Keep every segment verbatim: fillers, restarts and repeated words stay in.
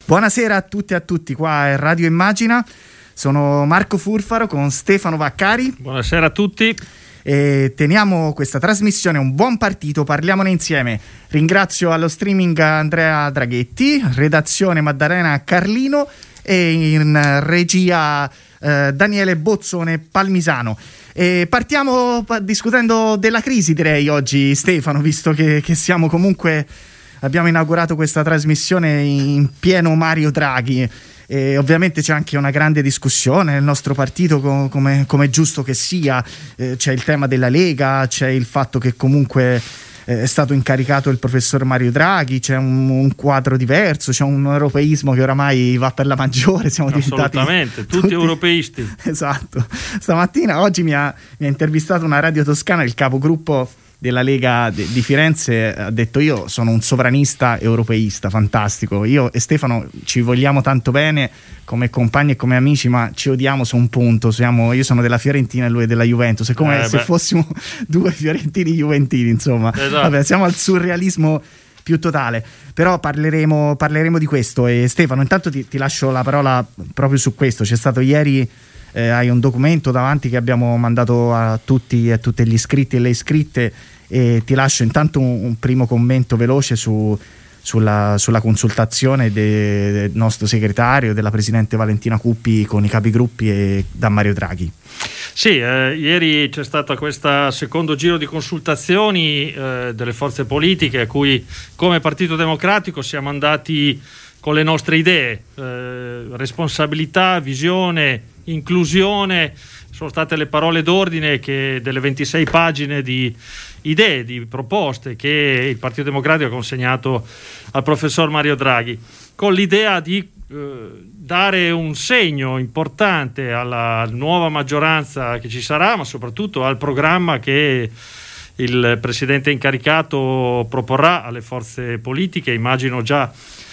Buonasera a tutti e a tutti, qua è Radio Immagina, sono Marco Furfaro con Stefano Vaccari. Buonasera a tutti. E teniamo questa trasmissione Un buon partito, parliamone insieme. Ringrazio allo streaming Andrea Draghetti, redazione Maddalena Carlino e in regia eh, Daniele Bozzone Palmisano. E partiamo discutendo della crisi, direi oggi, Stefano, visto che, che siamo comunque... Abbiamo inaugurato questa trasmissione in pieno Mario Draghi e ovviamente c'è anche una grande discussione nel nostro partito, com- come, come è giusto che sia. Eh, c'è il tema della Lega, c'è il fatto che comunque eh, è stato incaricato il professor Mario Draghi, c'è un, un quadro diverso, c'è un europeismo che oramai va per la maggiore, siamo diventati assolutamente, tutti, tutti europeisti. Esatto. Stamattina, oggi mi ha, mi ha intervistato una radio toscana, il capogruppo della Lega di Firenze, ha detto: io sono un sovranista europeista, fantastico, io e Stefano ci vogliamo tanto bene come compagni e come amici, ma ci odiamo su un punto, siamo, io sono della Fiorentina e lui è della Juventus, è come eh, se beh. fossimo due fiorentini juventini, insomma. Esatto. Vabbè, siamo al surrealismo più totale, però parleremo, parleremo di questo. E Stefano, intanto ti, ti lascio la parola proprio su questo. C'è stato ieri, Eh, hai un documento davanti che abbiamo mandato a tutti e a tutti gli iscritti e le iscritte, e ti lascio intanto un, un primo commento veloce su, sulla, sulla consultazione de, del nostro segretario, della presidente Valentina Cuppi con i capigruppi e da Mario Draghi. Sì, eh, ieri c'è stato questo secondo giro di consultazioni eh, delle forze politiche a cui come Partito Democratico siamo andati con le nostre idee, eh, responsabilità, visione, inclusione, sono state le parole d'ordine che delle ventisei pagine di idee, di proposte che il Partito Democratico ha consegnato al professor Mario Draghi, con l'idea di eh, dare un segno importante alla nuova maggioranza che ci sarà, ma soprattutto al programma che il presidente incaricato proporrà alle forze politiche, immagino già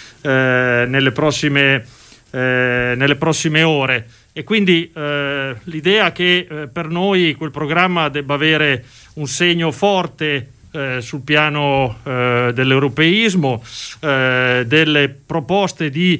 eh, nelle prossime, eh, nelle prossime ore. E quindi eh, l'idea che eh, per noi quel programma debba avere un segno forte eh, sul piano eh, dell'europeismo, eh, delle proposte di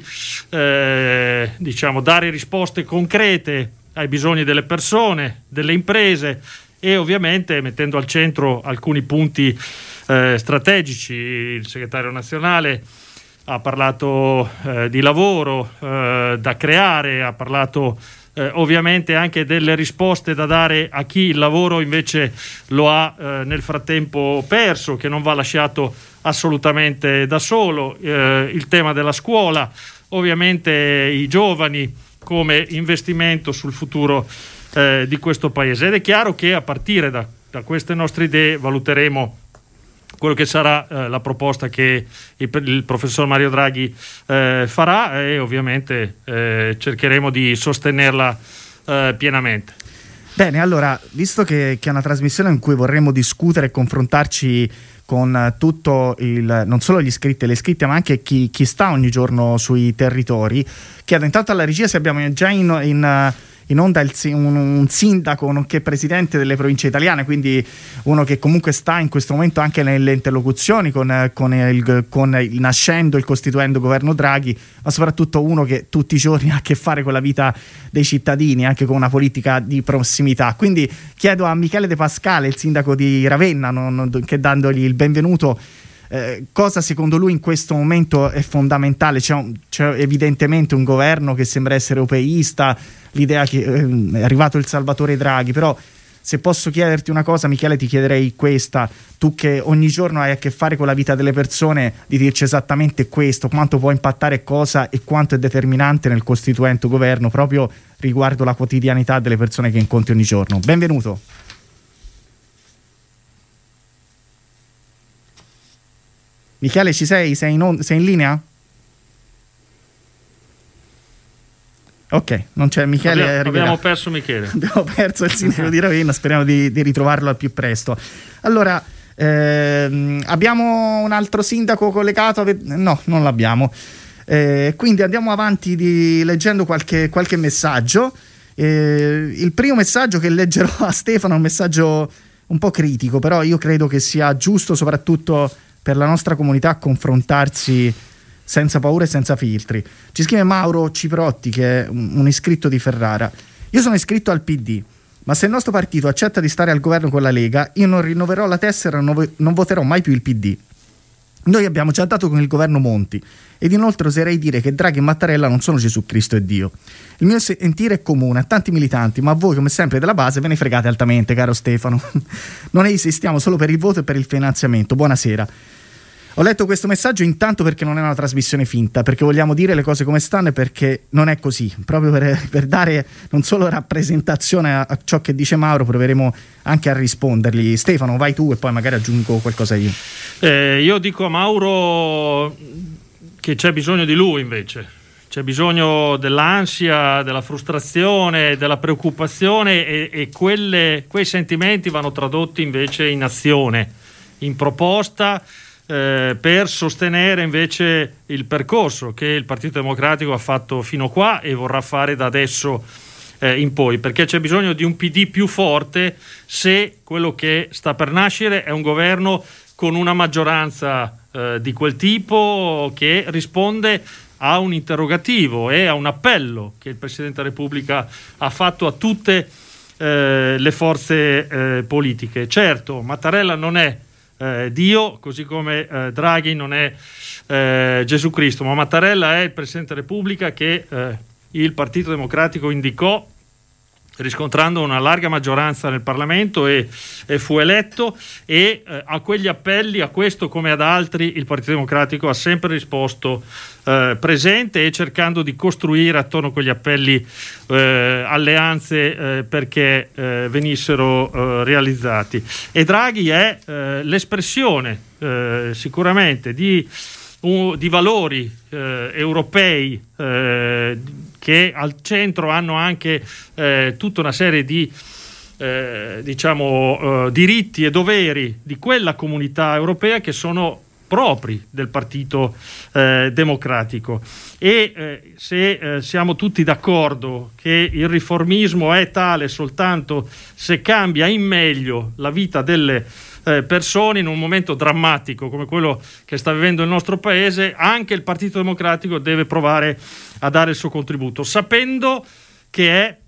eh, diciamo dare risposte concrete ai bisogni delle persone, delle imprese, e ovviamente mettendo al centro alcuni punti eh, strategici. Il segretario nazionale ha parlato eh, di lavoro eh, da creare, ha parlato eh, ovviamente anche delle risposte da dare a chi il lavoro invece lo ha eh, nel frattempo perso, che non va lasciato assolutamente da solo, eh, il tema della scuola, ovviamente i giovani come investimento sul futuro eh, di questo paese. Ed è chiaro che a partire da, da queste nostre idee valuteremo quello che sarà eh, la proposta che il, il professor Mario Draghi eh, farà, e ovviamente eh, cercheremo di sostenerla eh, pienamente. Bene, allora, visto che, che è una trasmissione in cui vorremmo discutere e confrontarci con tutto il, non solo gli iscritti e le iscritte, ma anche chi, chi sta ogni giorno sui territori, chiedo intanto alla regia se abbiamo già in, in in onda il, un, un sindaco nonché presidente delle province italiane, quindi uno che comunque sta in questo momento anche nelle interlocuzioni con, con, il, con il nascendo, il costituendo governo Draghi, ma soprattutto uno che tutti i giorni ha a che fare con la vita dei cittadini, anche con una politica di prossimità. Quindi chiedo a Michele De Pascale, il sindaco di Ravenna, non, che dandogli il benvenuto, Eh, cosa secondo lui in questo momento è fondamentale. C'è, un, c'è evidentemente un governo che sembra essere europeista, l'idea che eh, è arrivato il Salvatore Draghi, però se posso chiederti una cosa, Michele, ti chiederei questa: tu che ogni giorno hai a che fare con la vita delle persone, di dirci esattamente questo, quanto può impattare cosa e quanto è determinante nel costituente governo proprio riguardo la quotidianità delle persone che incontri ogni giorno. Benvenuto. Michele, ci sei? Sei in, on- sei in linea? Ok, non c'è Michele. Abbiamo, abbiamo perso Michele. Abbiamo perso il sindaco di Ravenna, speriamo di, di ritrovarlo al più presto. Allora, ehm, abbiamo un altro sindaco collegato? No, non l'abbiamo. Eh, quindi andiamo avanti di, leggendo qualche, qualche messaggio. Eh, il primo messaggio che leggerò a Stefano è un messaggio un po' critico, però io credo che sia giusto soprattutto per la nostra comunità confrontarsi senza paura e senza filtri. Ci scrive Mauro Ciprotti, che è un, un iscritto di Ferrara. Io sono iscritto al P D, ma se il nostro partito accetta di stare al governo con la Lega, io non rinnoverò la tessera e non, non voterò mai più il P D. Noi abbiamo già dato con il governo Monti ed inoltre oserei dire che Draghi e Mattarella non sono Gesù Cristo e Dio. Il mio sentire è comune a tanti militanti, ma voi come sempre della base ve ne fregate altamente, caro Stefano. Noi esistiamo solo per il voto e per il finanziamento. Buonasera. Ho letto questo messaggio intanto perché non è una trasmissione finta, perché vogliamo dire le cose come stanno e perché non è così, proprio per, per dare non solo rappresentazione a, a ciò che dice Mauro, proveremo anche a rispondergli. Stefano, vai tu e poi magari aggiungo qualcosa io. Eh, io dico a Mauro che c'è bisogno di lui invece, c'è bisogno dell'ansia, della frustrazione, della preoccupazione e, e quelle, quei sentimenti vanno tradotti invece in azione, in proposta, Eh, per sostenere invece il percorso che il Partito Democratico ha fatto fino qua e vorrà fare da adesso eh, in poi, perché c'è bisogno di un P D più forte se quello che sta per nascere è un governo con una maggioranza eh, di quel tipo che risponde a un interrogativo e a un appello che il Presidente della Repubblica ha fatto a tutte eh, le forze eh, politiche. Certo, Mattarella non è Eh, Dio, così come eh, Draghi non è eh, Gesù Cristo, ma Mattarella è il Presidente della Repubblica che eh, il Partito Democratico indicò riscontrando una larga maggioranza nel Parlamento e, e fu eletto e eh, a quegli appelli, a questo come ad altri, il Partito Democratico ha sempre risposto eh, presente e cercando di costruire attorno a quegli appelli eh, alleanze eh, perché eh, venissero eh, realizzati. E Draghi è eh, l'espressione eh, sicuramente di Uh, di valori eh, europei eh, che al centro hanno anche eh, tutta una serie di eh, diciamo eh, diritti e doveri di quella comunità europea che sono propri del Partito eh, Democratico e eh, se eh, siamo tutti d'accordo che il riformismo è tale soltanto se cambia in meglio la vita delle Eh, persone in un momento drammatico come quello che sta vivendo il nostro paese, anche il Partito Democratico deve provare a dare il suo contributo, sapendo che è,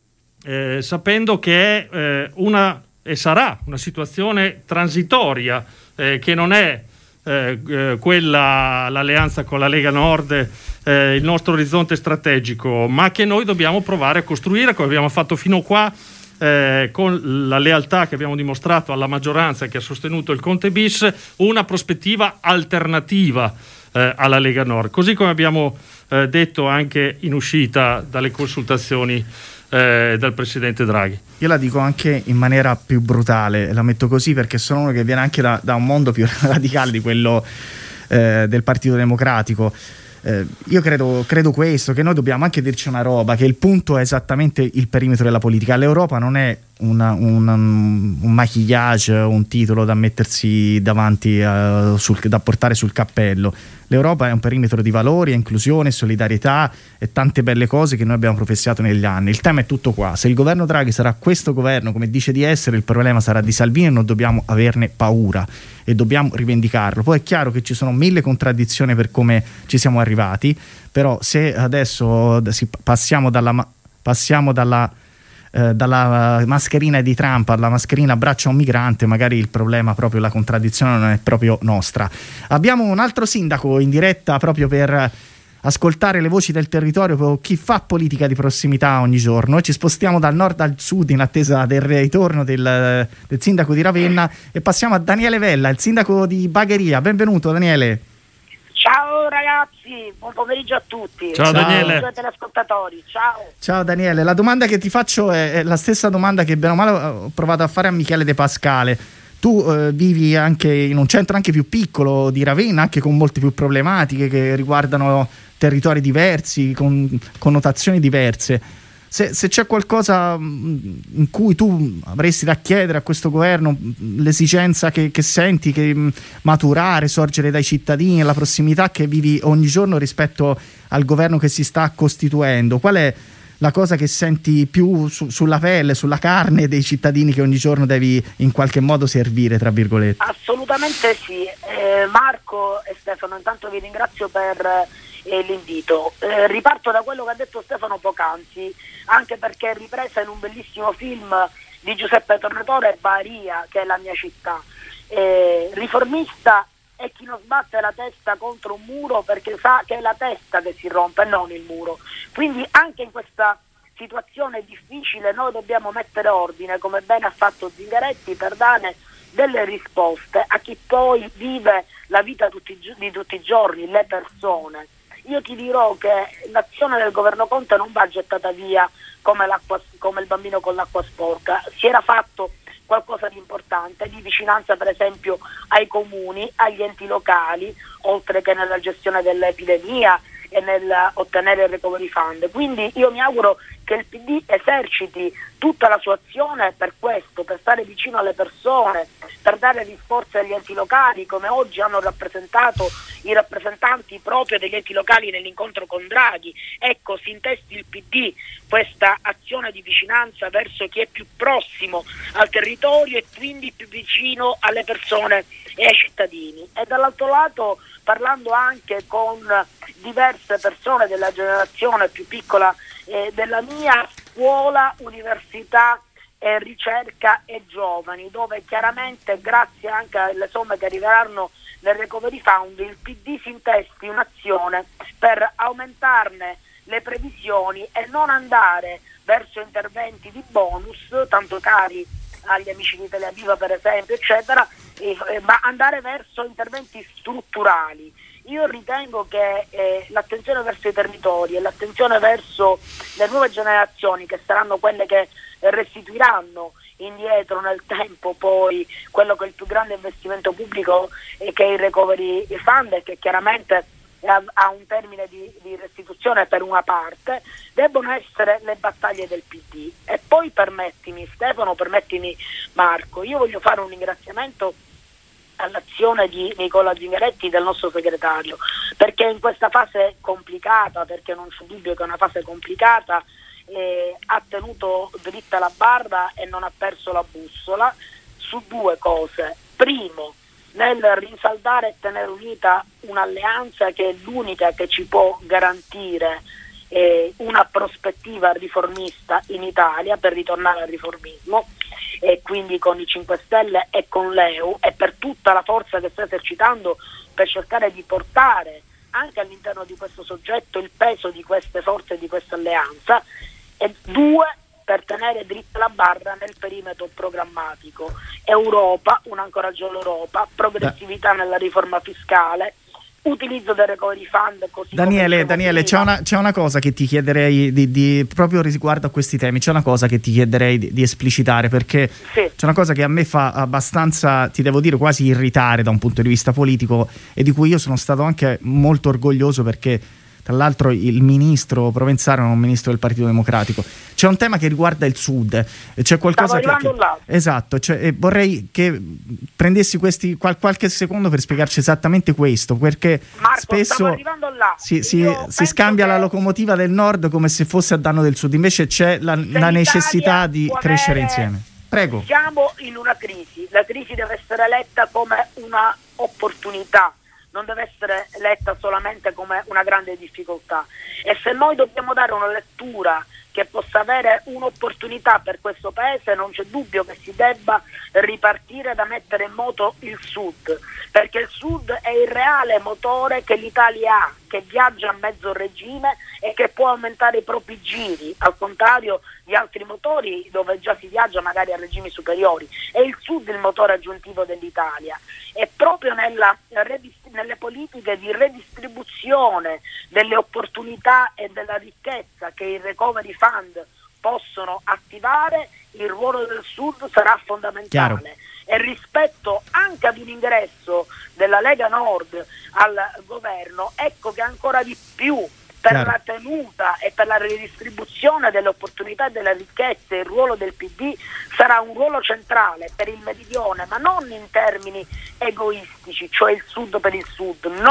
eh, sapendo che è eh, una e sarà una situazione transitoria, eh, che non è eh, eh, quella, l'alleanza con la Lega Nord, eh, il nostro orizzonte strategico, ma che noi dobbiamo provare a costruire come abbiamo fatto fino qua. Eh, con la lealtà che abbiamo dimostrato alla maggioranza che ha sostenuto il Conte bis, una prospettiva alternativa eh, alla Lega Nord, così come abbiamo eh, detto anche in uscita dalle consultazioni eh, del Presidente Draghi. Io la dico anche in maniera più brutale, la metto così perché sono uno che viene anche da, da un mondo più radicale di quello eh, del Partito Democratico. Eh, io credo, credo questo, che noi dobbiamo anche dirci una roba, che il punto è esattamente il perimetro della politica. L'Europa non è una, una, un maquillage, un titolo da mettersi davanti, uh, sul, da portare sul cappello. L'Europa è un perimetro di valori, inclusione, solidarietà e tante belle cose che noi abbiamo professato negli anni. Il tema è tutto qua. Se il governo Draghi sarà questo governo come dice di essere, il problema sarà di Salvini e non dobbiamo averne paura e dobbiamo rivendicarlo. Poi è chiaro che ci sono mille contraddizioni per come ci siamo arrivati, però se adesso si, passiamo dalla, passiamo dalla Eh, dalla mascherina di Trump alla mascherina braccia a un migrante, magari il problema, proprio la contraddizione non è proprio nostra. Abbiamo un altro sindaco in diretta proprio per ascoltare le voci del territorio, chi fa politica di prossimità ogni giorno. Ci spostiamo dal nord al sud in attesa del ritorno del, del sindaco di Ravenna e passiamo a Daniele Vella, il sindaco di Bagheria. Benvenuto Daniele. Ciao ragazzi, buon pomeriggio a tutti. Ciao, ciao Daniele. Ciao telespettatori, ciao. Ciao Daniele, la domanda che ti faccio è, è la stessa domanda che bene o male ho provato a fare a Michele De Pascale. Tu eh, vivi anche in un centro anche più piccolo di Ravenna, anche con molte più problematiche che riguardano territori diversi, con connotazioni diverse. Se, se c'è qualcosa in cui tu avresti da chiedere a questo governo, l'esigenza che, che senti, che maturare, sorgere dai cittadini, la prossimità che vivi ogni giorno rispetto al governo che si sta costituendo, qual è la cosa che senti più su, sulla pelle, sulla carne dei cittadini che ogni giorno devi in qualche modo servire, tra virgolette. Assolutamente sì. Eh, Marco e Stefano, intanto vi ringrazio per eh, l'invito. Eh, riparto da quello che ha detto Stefano poc'anzi, anche perché è ripresa in un bellissimo film di Giuseppe Tornatore, Baria, che è la mia città. Eh, riformista è chi non sbatte la testa contro un muro perché sa che è la testa che si rompe e non il muro. Quindi anche in questa situazione difficile noi dobbiamo mettere ordine, come bene ha fatto Zingaretti, per dare delle risposte a chi poi vive la vita tutti, di tutti i giorni, le persone. Io ti dirò che l'azione del governo Conte non va gettata via come, l'acqua, come il bambino con l'acqua sporca. Si era fatto qualcosa di importante, di vicinanza per esempio ai comuni, agli enti locali, oltre che nella gestione dell'epidemia e nel ottenere il recovery fund. Quindi io mi auguro che il P D eserciti tutta la sua azione per questo, per stare vicino alle persone, per dare risposte agli enti locali, come oggi hanno rappresentato i rappresentanti proprio degli enti locali nell'incontro con Draghi. Ecco, si intesti il P D questa azione di vicinanza verso chi è più prossimo al territorio e quindi più vicino alle persone e ai cittadini. E dall'altro lato, parlando anche con diverse persone della generazione più piccola eh, della mia, scuola, università, eh, ricerca e giovani, dove chiaramente grazie anche alle somme che arriveranno nel Recovery Fund il P D si intesti un'azione per aumentarne le previsioni e non andare verso interventi di bonus, tanto cari agli amici di Italia Viva per esempio, eccetera, eh, ma andare verso interventi strutturali. Io ritengo che eh, l'attenzione verso i territori e l'attenzione verso le nuove generazioni, che saranno quelle che restituiranno indietro nel tempo poi quello che è il più grande investimento pubblico eh, che è il Recovery Fund, e che chiaramente ha un termine di, di restituzione per una parte, debbono essere le battaglie del P D. E poi permettimi Stefano, permettimi Marco, io voglio fare un ringraziamento all'azione di Nicola Zingaretti, del nostro segretario, perché in questa fase complicata, perché non c'è dubbio che è una fase complicata, eh, ha tenuto dritta la barra e non ha perso la bussola su due cose. Primo, nel rinsaldare e tenere unita un'alleanza che è l'unica che ci può garantire eh, una prospettiva riformista in Italia, per ritornare al riformismo, e quindi con i cinque Stelle e con l'E U e per tutta la forza che sta esercitando per cercare di portare anche all'interno di questo soggetto il peso di queste forze e di questa alleanza. E due, per tenere dritta la barra nel perimetro programmatico. Europa, un ancoraggio all'Europa, progressività nella riforma fiscale, utilizzo del Recovery Fund. Così Daniele, Daniele c'è, una, c'è una cosa che ti chiederei di, di proprio riguardo a questi temi, c'è una cosa che ti chiederei di, di esplicitare, perché sì. C'è una cosa che a me fa abbastanza, ti devo dire, quasi irritare da un punto di vista politico, e di cui io sono stato anche molto orgoglioso, perché tra l'altro il ministro Provenzano è un ministro del Partito Democratico. C'è un tema che riguarda il Sud, c'è qualcosa che, che esatto, cioè, e vorrei che prendessi questi qual, qualche secondo per spiegarci esattamente questo, perché Marco, spesso si, si, si scambia che... la locomotiva del Nord come se fosse a danno del Sud, invece c'è la, la necessità di crescere avere... insieme. Prego. Siamo in una crisi, la crisi deve essere letta come una opportunità, non deve essere letta solamente come una grande difficoltà, e se noi dobbiamo dare una lettura che possa avere un'opportunità per questo paese, non c'è dubbio che si debba ripartire da mettere in moto il Sud, perché il Sud è il reale motore che l'Italia ha, che viaggia a mezzo regime e che può aumentare i propri giri, al contrario di altri motori dove già si viaggia magari a regimi superiori. È il Sud il motore aggiuntivo dell'Italia, e proprio nella, nelle politiche di redistribuzione delle opportunità e della ricchezza che il Recovery Fund possono attivare, il ruolo del Sud sarà fondamentale. Chiaro. E rispetto anche ad un ingresso della Lega Nord al governo, ecco che ancora di più per Chiaro. La tenuta e per la ridistribuzione delle opportunità e delle ricchezze il ruolo del P D sarà un ruolo centrale per il Meridione, ma non in termini egoistici, cioè il Sud per il Sud, no,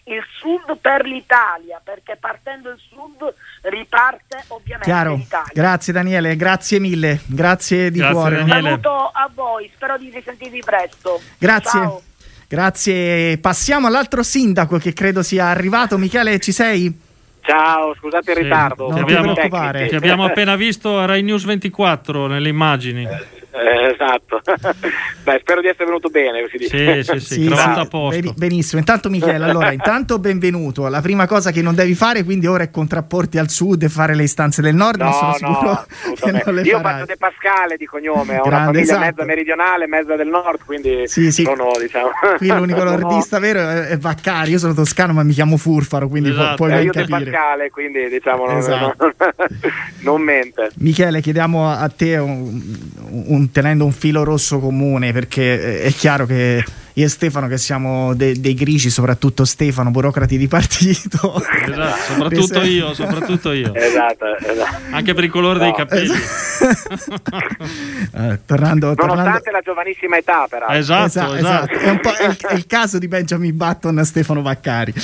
il Sud per l'Italia, perché partendo il Sud riparte ovviamente Chiaro. l'Italia. Grazie Daniele, grazie mille, grazie di Grazie, cuore. Daniele. Saluto a voi, spero di risentirvi presto. Grazie. Ciao. Grazie. Passiamo all'altro sindaco che credo sia arrivato. Michele, ci sei? Ciao, scusate il Sì, ritardo. non ti abbiamo- preoccupare. Ti abbiamo appena visto a Rai News ventiquattro nelle immagini. Eh, esatto. Beh, spero di essere venuto bene, così dice. Sì, sì, sì, cravatta a posto. beni- benissimo. Intanto Michele, allora, intanto benvenuto. La prima cosa che non devi fare quindi ora è contrapporti al sud e fare le istanze del nord, No, ma sono no, sicuro che assolutamente. non le Io farai. faccio De Pascale di cognome, ho una Grande, famiglia esatto. mezza meridionale, mezza del nord, quindi Sì, sì. sono, diciamo... Qui l'unico sono- nordista vero è è Vaccari, io sono toscano ma mi chiamo Furfaro, quindi pu- Esatto. puoi Eh, ben io De capire. Pascale, quindi diciamo non, Esatto. non, non mente. Michele, chiediamo a te, un, un- tenendo un filo rosso comune, perché è chiaro che io e Stefano, che siamo de- dei grigi, soprattutto Stefano, burocrati di partito. Esatto, soprattutto Pres- io, soprattutto io. Esatto, esatto. Anche per il colore dei No. capelli. Eh, tornando, tornando... Nonostante la giovanissima età, peraltro. Esatto, Esatto, esatto. esatto. È un po' è il, è il caso di Benjamin Button a Stefano Vaccari.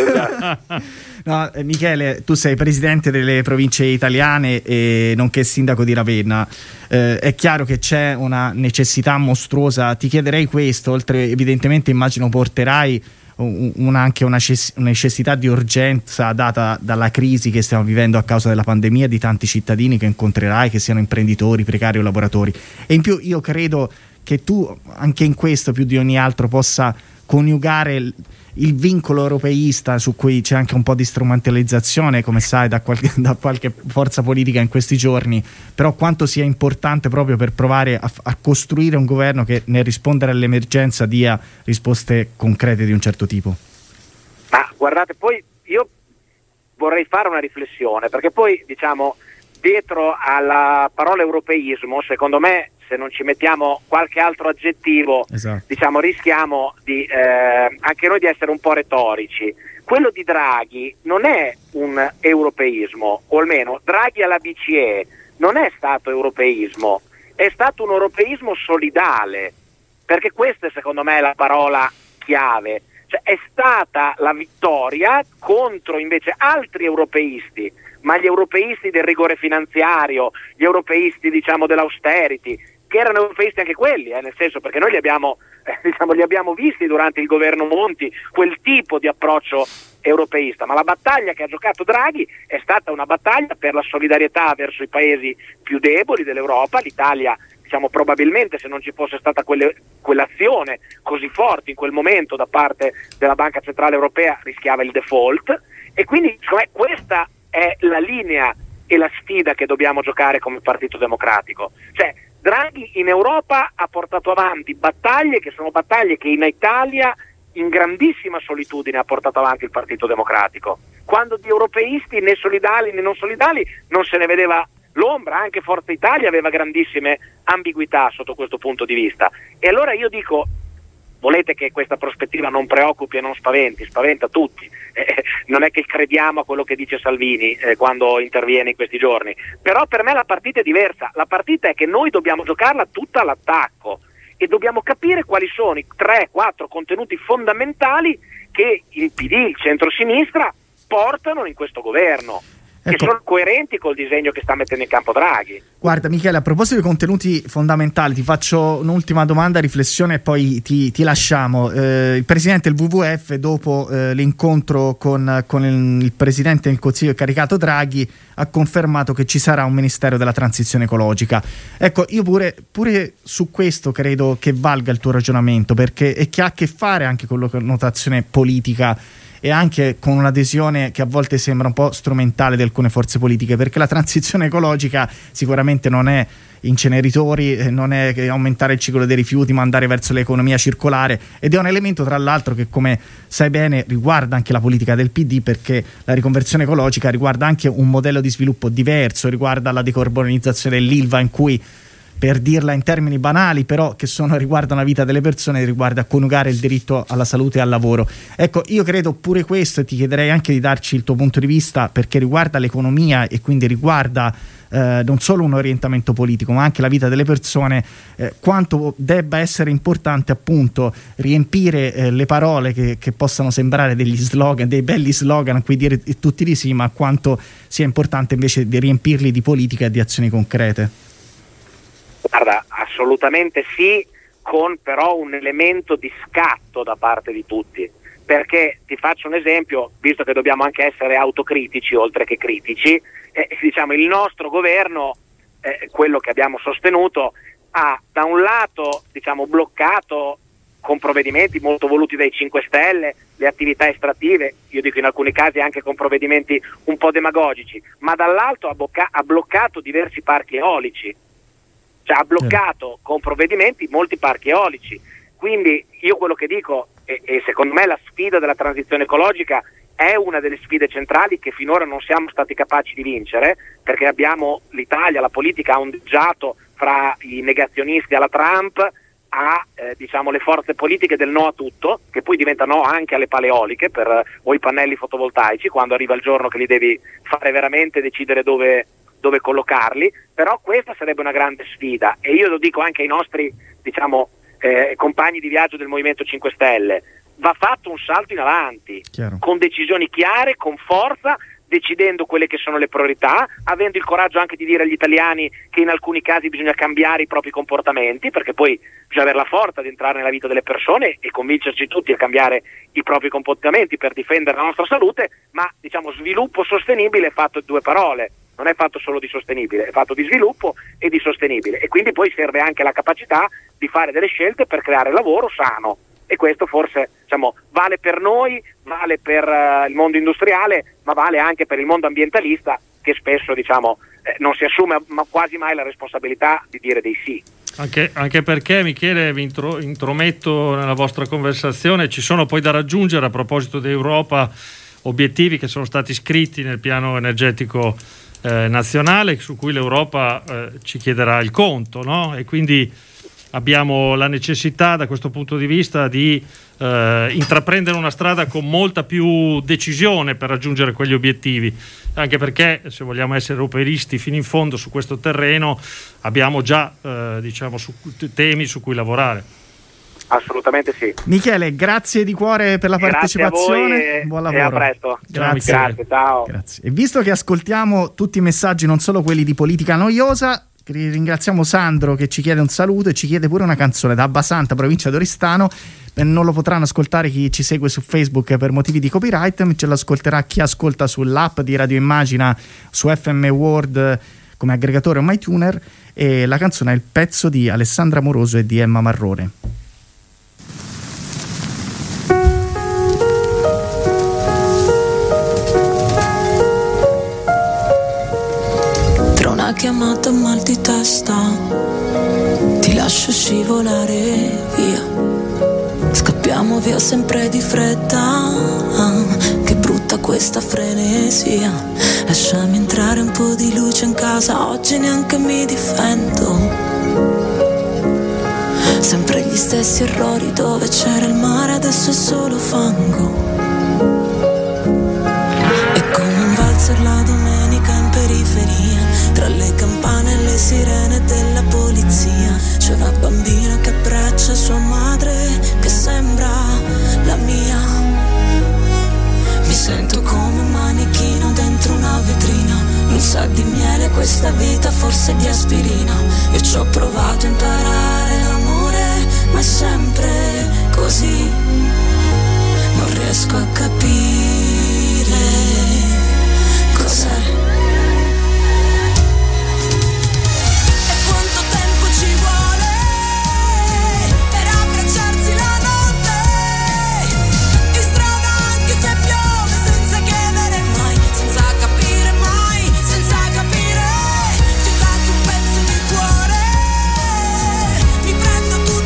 Esatto. No, eh, Michele, tu sei presidente delle province italiane e nonché sindaco di Ravenna. Eh, è chiaro che c'è una necessità mostruosa. Ti chiederei questo, oltre evidentemente immagino porterai un- una, anche una ces- necessità di urgenza data dalla crisi che stiamo vivendo a causa della pandemia, di tanti cittadini che incontrerai, che siano imprenditori, precari o lavoratori. E in più io credo che tu anche in questo più di ogni altro possa coniugare il, il vincolo europeista, su cui c'è anche un po' di strumentalizzazione, come sai, da qualche, da qualche forza politica in questi giorni, però quanto sia importante proprio per provare a, a costruire un governo che nel rispondere all'emergenza dia risposte concrete di un certo tipo. Ma guardate, poi io vorrei fare una riflessione, perché poi diciamo dietro alla parola europeismo, secondo me, se non ci mettiamo qualche altro aggettivo, Esatto. diciamo rischiamo di eh, anche noi di essere un po' retorici. Quello di Draghi non è un europeismo, o almeno Draghi alla B C E non è stato europeismo, è stato un europeismo solidale, perché questa secondo me è la parola chiave. Cioè, è stata la vittoria contro invece altri europeisti, ma gli europeisti del rigore finanziario, gli europeisti diciamo dell'austerity, che erano europeisti anche quelli, eh, nel senso, perché noi li abbiamo, eh, diciamo, li abbiamo visti durante il governo Monti, quel tipo di approccio europeista, ma la battaglia che ha giocato Draghi è stata una battaglia per la solidarietà verso i paesi più deboli dell'Europa. L'Italia, diciamo, probabilmente se non ci fosse stata quelle, quell'azione così forte in quel momento da parte della Banca Centrale Europea, rischiava il default, e quindi cioè, questa è la linea e la sfida che dobbiamo giocare come Partito Democratico. Cioè, Draghi in Europa ha portato avanti battaglie che sono battaglie che in Italia in grandissima solitudine ha portato avanti il Partito Democratico, quando di europeisti né solidali né non solidali non se ne vedeva l'ombra. Anche Forza Italia aveva grandissime ambiguità sotto questo punto di vista. E allora io dico, volete che questa prospettiva non preoccupi e non spaventi? Spaventa tutti. Eh, non è che crediamo a quello che dice Salvini eh, quando interviene in questi giorni, però per me la partita è diversa. La partita è che noi dobbiamo giocarla tutta all'attacco e dobbiamo capire quali sono i tre quattro contenuti fondamentali che il P D, il centro-sinistra, portano in questo governo, che Ecco. sono coerenti col disegno che sta mettendo in campo Draghi. Guarda Michele, a proposito di contenuti fondamentali, ti faccio un'ultima domanda, riflessione e poi ti, ti lasciamo. Eh, il presidente del W W F, dopo eh, l'incontro con, con il, il presidente del Consiglio caricato Draghi, ha confermato che ci sarà un Ministero della Transizione Ecologica. Ecco, io pure, pure su questo credo che valga il tuo ragionamento, perché è che ha a che fare anche con la connotazione politica e anche con un'adesione che a volte sembra un po' strumentale di alcune forze politiche, perché la transizione ecologica sicuramente non è inceneritori, non è aumentare il ciclo dei rifiuti, ma andare verso l'economia circolare, ed è un elemento tra l'altro che, come sai bene, riguarda anche la politica del P D, perché la riconversione ecologica riguarda anche un modello di sviluppo diverso, riguarda la decarbonizzazione dell'Ilva, in cui per dirla in termini banali, però che sono, riguardano la vita delle persone, riguarda coniugare il diritto alla salute e al lavoro. Ecco, io credo pure questo, e ti chiederei anche di darci il tuo punto di vista, perché riguarda l'economia e quindi riguarda eh, non solo un orientamento politico ma anche la vita delle persone, eh, quanto debba essere importante appunto riempire eh, le parole che, che possano sembrare degli slogan, dei belli slogan a cui dire tutti di sì, ma quanto sia importante invece di riempirli di politica e di azioni concrete. Guarda, assolutamente sì, con però un elemento di scatto da parte di tutti, perché ti faccio un esempio, visto che dobbiamo anche essere autocritici oltre che critici, eh, diciamo il nostro governo, eh, quello che abbiamo sostenuto, ha da un lato diciamo bloccato con provvedimenti molto voluti dai cinque Stelle le attività estrattive, io dico in alcuni casi anche con provvedimenti un po' demagogici, ma dall'altro ha, bocca- ha bloccato diversi parchi eolici, cioè ha bloccato con provvedimenti molti parchi eolici. Quindi io quello che dico, e, e secondo me la sfida della transizione ecologica è una delle sfide centrali che finora non siamo stati capaci di vincere, perché abbiamo, l'Italia, la politica ha ondeggiato fra i negazionisti alla Trump a eh, diciamo le forze politiche del no a tutto, che poi diventa no anche alle pale eoliche per, eh, o i pannelli fotovoltaici, quando arriva il giorno che li devi fare veramente, decidere dove, dove collocarli. Però questa sarebbe una grande sfida, e io lo dico anche ai nostri diciamo eh, compagni di viaggio del Movimento cinque Stelle: va fatto un salto in avanti, chiaro, con decisioni chiare, con forza, decidendo quelle che sono le priorità, avendo il coraggio anche di dire agli italiani che in alcuni casi bisogna cambiare i propri comportamenti, perché poi bisogna avere la forza di entrare nella vita delle persone e convincerci tutti a cambiare i propri comportamenti per difendere la nostra salute. Ma diciamo sviluppo sostenibile è fatto di due parole, non è fatto solo di sostenibile, è fatto di sviluppo e di sostenibile, e quindi poi serve anche la capacità di fare delle scelte per creare lavoro sano. E questo forse diciamo, vale per noi, vale per uh, il mondo industriale, ma vale anche per il mondo ambientalista, che spesso diciamo, eh, non si assume ma quasi mai la responsabilità di dire dei sì. Anche, anche perché, Michele, vi intro, intrometto nella vostra conversazione, ci sono poi da raggiungere, a proposito d'Europa, obiettivi che sono stati scritti nel piano energetico eh, nazionale, su cui l'Europa eh, ci chiederà il conto, no? E quindi abbiamo la necessità da questo punto di vista di eh, intraprendere una strada con molta più decisione per raggiungere quegli obiettivi, anche perché se vogliamo essere europeisti fino in fondo su questo terreno abbiamo già eh, diciamo su, temi su cui lavorare. Assolutamente sì. Michele, grazie di cuore per la grazie partecipazione, e, buon lavoro. E a presto. Grazie. Grazie, ciao. Grazie. E visto che ascoltiamo tutti i messaggi, non solo quelli di politica noiosa, ringraziamo Sandro che ci chiede un saluto e ci chiede pure una canzone da Abbasanta, provincia di Oristano. Non lo potranno ascoltare chi ci segue su Facebook per motivi di copyright, ce l'ascolterà chi ascolta sull'app di Radio Immagina, su F M World come aggregatore o MyTuner, e la canzone è Il pezzo di Alessandra Moroso e di Emma Marrone. Chiamata a mal di testa, ti lascio scivolare via, scappiamo via sempre di fretta, che brutta questa frenesia, lasciami entrare un po' di luce in casa, oggi neanche mi difendo, sempre gli stessi errori, dove c'era il mare adesso è solo fango, è come un valzer la domenica in periferia, tra le campane e le sirene della polizia, c'è una bambina che abbraccia sua madre, che sembra la mia. Mi sento come un manichino dentro una vetrina, non sa di miele questa vita, forse di aspirina. Io ci ho provato a imparare l'amore, ma è sempre così, non riesco a capire cos'è.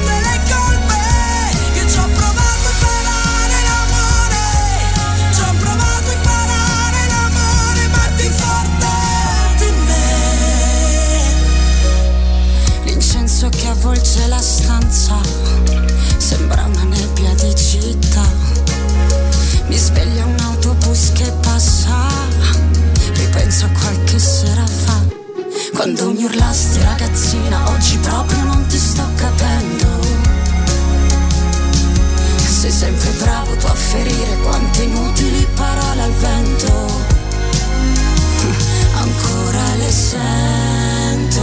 Ci ho provato a imparare l'amore, ci ho provato Quando mi urlasti ragazzina, oggi proprio non ti sto capendo. Sei sempre bravo tu a ferire quante inutili parole al vento. Ancora le sento.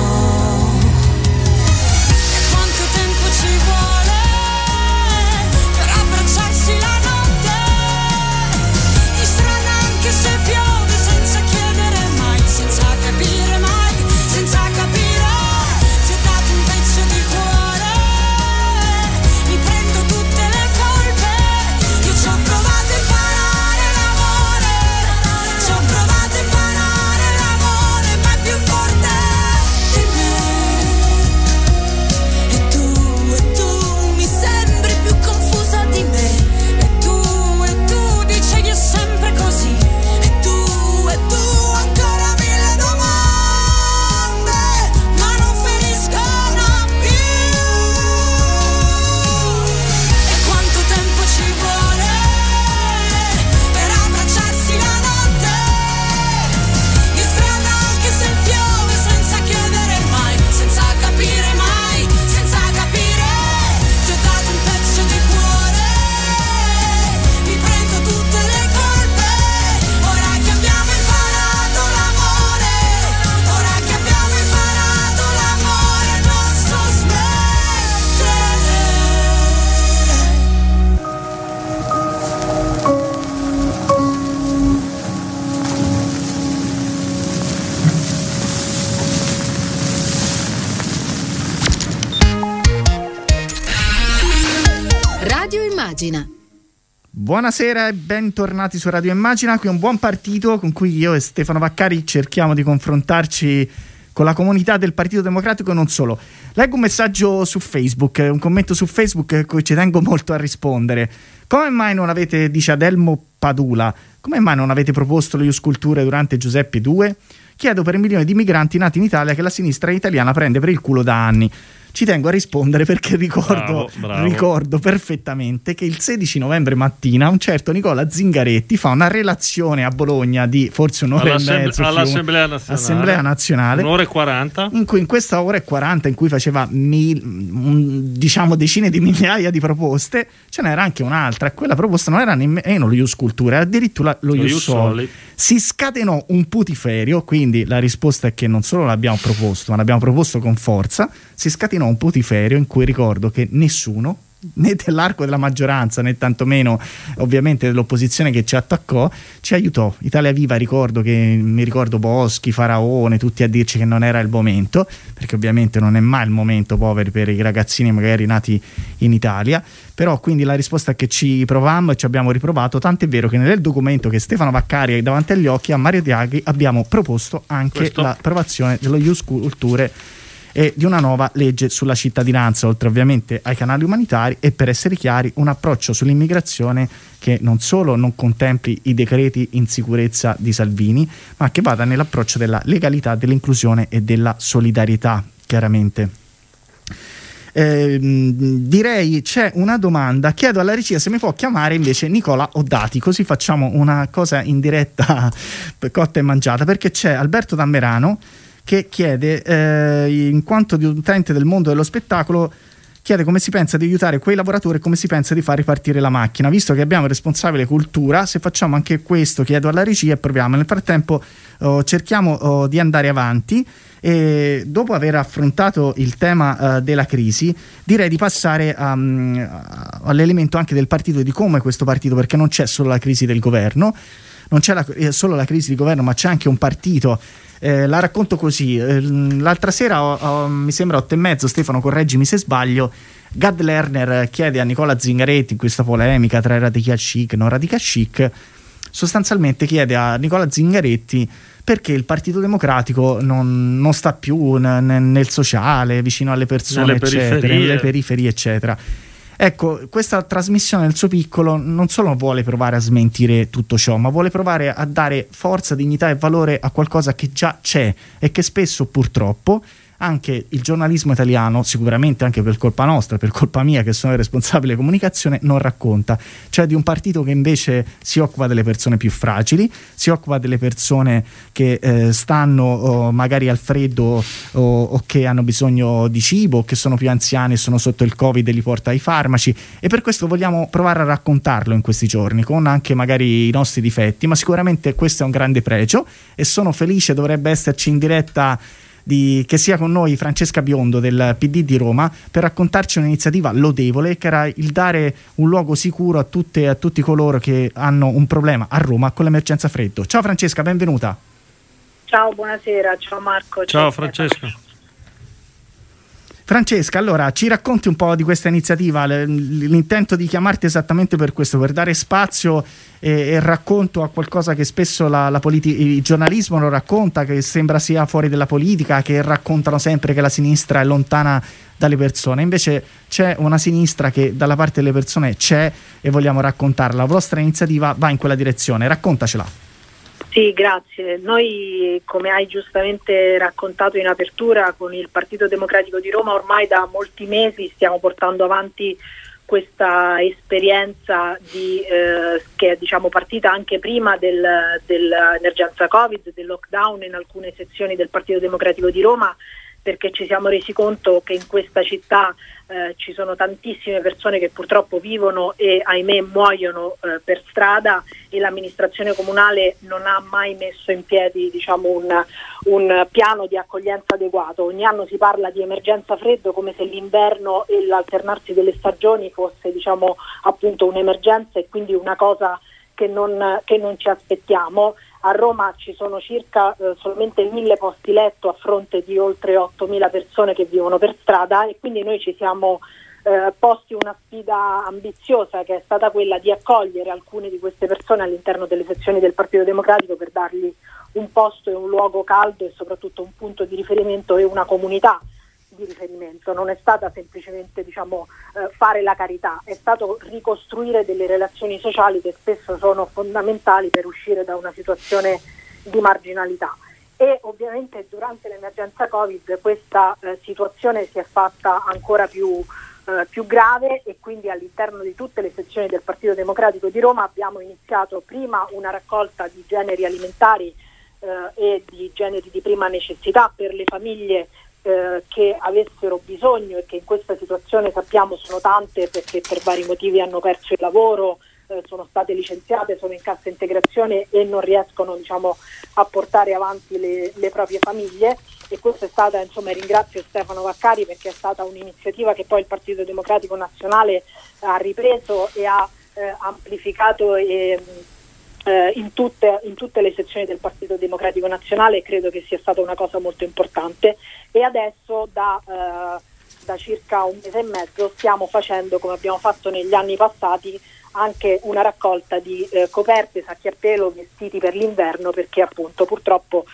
E quanto tempo ci vuole per abbracciarsi la notte, in strada anche se piove, senza chiedere mai, senza capire mai, senza capire. Ti ho dato un pezzo di cuore, mi prendo tutte le colpe. Io ci ho provato a imparare l'amore, ci ho provato a imparare l'amore, ma è più forte di me. E tu, e tu mi sembri più confusa di me. E tu, e tu dicevi è sempre così. E tu, e tu ancora mille domande, ma non finiscono più. E quanto tempo ci vuole per abbracciarsi la notte, in strada anche se piove, senza chiedere mai, senza capire mai, senza capire. Ti ho dato un pezzo di cuore, mi prendo tutte le colpe. Ora che abbiamo imparato l'amore, ora che abbiamo imparato l'amore, non so smettere. Radio Immagina. Buonasera e bentornati su Radio Immagina. Qui è un buon partito con cui io e Stefano Vaccari cerchiamo di confrontarci con la comunità del Partito Democratico e non solo. Leggo un messaggio su Facebook, un commento su Facebook a cui ci tengo molto a rispondere. Come mai non avete, dice Adelmo Padula, come mai non avete proposto lo Ius Culturae durante Giuseppe due? Chiedo per milioni di migranti nati in Italia che la sinistra italiana prende per il culo da anni. Ci tengo a rispondere perché ricordo, Bravo, bravo. ricordo perfettamente che il sedici novembre mattina un certo Nicola Zingaretti fa una relazione a Bologna di forse un'ora e mezzo all'Assemblea Nazionale, Assemblea Nazionale, un'ora e quaranta, in cui in questa ora e quaranta in cui faceva mil, un, diciamo decine di migliaia di proposte, ce n'era anche un'altra e quella proposta non era nemmeno lo Ius Culturae, era addirittura lo, lo Ius Soli. Si scatenò un putiferio, quindi la risposta è che non solo l'abbiamo proposto ma l'abbiamo proposto con forza. Si scatenò un putiferio in cui ricordo che nessuno, né dell'arco della maggioranza né tantomeno ovviamente dell'opposizione che ci attaccò, ci aiutò. Italia Viva, ricordo che mi ricordo Boschi, Faraone, tutti a dirci che non era il momento, perché ovviamente non è mai il momento, poveri, per i ragazzini magari nati in Italia. Però quindi la risposta è che ci provammo e ci abbiamo riprovato, tant'è vero che nel documento che Stefano Vaccari ha davanti agli occhi a Mario Draghi abbiamo proposto anche Questo. l'approvazione dello Ius Culturae e di una nuova legge sulla cittadinanza, oltre ovviamente ai canali umanitari, e, per essere chiari, un approccio sull'immigrazione che non solo non contempli i decreti in sicurezza di Salvini, ma che vada nell'approccio della legalità, dell'inclusione e della solidarietà, chiaramente. Eh, direi c'è una domanda, chiedo alla regia se mi può chiamare invece Nicola Oddati, così facciamo una cosa in diretta cotta e mangiata, perché c'è Alberto Tammerano che chiede, eh, in quanto di utente del mondo dello spettacolo, chiede come si pensa di aiutare quei lavoratori e come si pensa di far ripartire la macchina. Visto che abbiamo il responsabile cultura, se facciamo anche questo, chiedo alla regia e proviamo. Nel frattempo oh, cerchiamo oh, di andare avanti e dopo aver affrontato il tema uh, della crisi, direi di passare um, all'elemento anche del partito e di come questo partito, perché non c'è solo la crisi del governo, non c'è la, solo la crisi di governo, ma c'è anche un partito. Eh, la racconto così, eh, l'altra sera ho, ho, mi sembra otto e mezzo, Stefano correggimi se sbaglio, Gad Lerner chiede a Nicola Zingaretti, in questa polemica tra radical chic e non radical chic, sostanzialmente chiede a Nicola Zingaretti perché il Partito Democratico non, non sta più n- n- nel sociale, vicino alle persone, nelle eccetera, periferie. nelle periferie, eccetera. Ecco, questa trasmissione nel suo piccolo non solo vuole provare a smentire tutto ciò, ma vuole provare a dare forza, dignità e valore a qualcosa che già c'è e che spesso purtroppo, anche il giornalismo italiano, sicuramente anche per colpa nostra, per colpa mia che sono il responsabile comunicazione, non racconta, cioè di un partito che invece si occupa delle persone più fragili, si occupa delle persone che eh, stanno oh, magari al freddo o, o che hanno bisogno di cibo, o che sono più anziani e sono sotto il Covid e li porta ai farmaci, e per questo vogliamo provare a raccontarlo in questi giorni con anche magari i nostri difetti, ma sicuramente questo è un grande pregio e sono felice, dovrebbe esserci in diretta Di, che sia con noi Francesca Biondo del P D di Roma per raccontarci un'iniziativa lodevole che era il dare un luogo sicuro a tutte e a tutti coloro che hanno un problema a Roma con l'emergenza freddo. Ciao Francesca, benvenuta. Ciao, buonasera, ciao Marco. Ciao, ciao Francesca. Francesca, allora ci racconti un po' di questa iniziativa, l'intento di chiamarti esattamente per questo, per dare spazio e, e racconto a qualcosa che spesso la, la politi- il giornalismo non racconta, che sembra sia fuori dalla politica, che raccontano sempre che la sinistra è lontana dalle persone, invece c'è una sinistra che dalla parte delle persone c'è e vogliamo raccontarla. La vostra iniziativa va in quella direzione, raccontacela. Sì, grazie. Noi, come hai giustamente raccontato in apertura, con il Partito Democratico di Roma ormai da molti mesi stiamo portando avanti questa esperienza di, eh, che è diciamo, partita anche prima del, dell'emergenza Covid, del lockdown in alcune sezioni del Partito Democratico di Roma, perché ci siamo resi conto che in questa città eh, ci sono tantissime persone che purtroppo vivono e ahimè muoiono eh, per strada, e l'amministrazione comunale non ha mai messo in piedi diciamo, un, un piano di accoglienza adeguato. Ogni anno si parla di emergenza freddo come se l'inverno e l'alternarsi delle stagioni fosse diciamo, appunto un'emergenza e quindi una cosa che non, che non ci aspettiamo. A Roma ci sono circa eh, solamente mille posti letto a fronte di oltre ottomila persone che vivono per strada, e quindi noi ci siamo eh, posti una sfida ambiziosa che è stata quella di accogliere alcune di queste persone all'interno delle sezioni del Partito Democratico per dargli un posto e un luogo caldo e soprattutto un punto di riferimento e una comunità di riferimento. Non è stata semplicemente diciamo eh, fare la carità, è stato ricostruire delle relazioni sociali che spesso sono fondamentali per uscire da una situazione di marginalità. E ovviamente durante l'emergenza Covid questa eh, situazione si è fatta ancora più, eh, più grave, e quindi all'interno di tutte le sezioni del Partito Democratico di Roma abbiamo iniziato prima una raccolta di generi alimentari eh, e di generi di prima necessità per le famiglie Eh, che avessero bisogno e che in questa situazione sappiamo sono tante, perché per vari motivi hanno perso il lavoro, eh, sono state licenziate, sono in cassa integrazione e non riescono diciamo, a portare avanti le, le proprie famiglie. E questa è stata, insomma, ringrazio Stefano Vaccari perché è stata un'iniziativa che poi il Partito Democratico Nazionale ha ripreso e ha eh, amplificato e Eh, in, tutte, in tutte le sezioni del Partito Democratico Nazionale, e credo che sia stata una cosa molto importante. E adesso da, eh, da circa un mese e mezzo stiamo facendo, come abbiamo fatto negli anni passati, anche una raccolta di eh, coperte, sacchi a pelo, vestiti per l'inverno, perché appunto purtroppo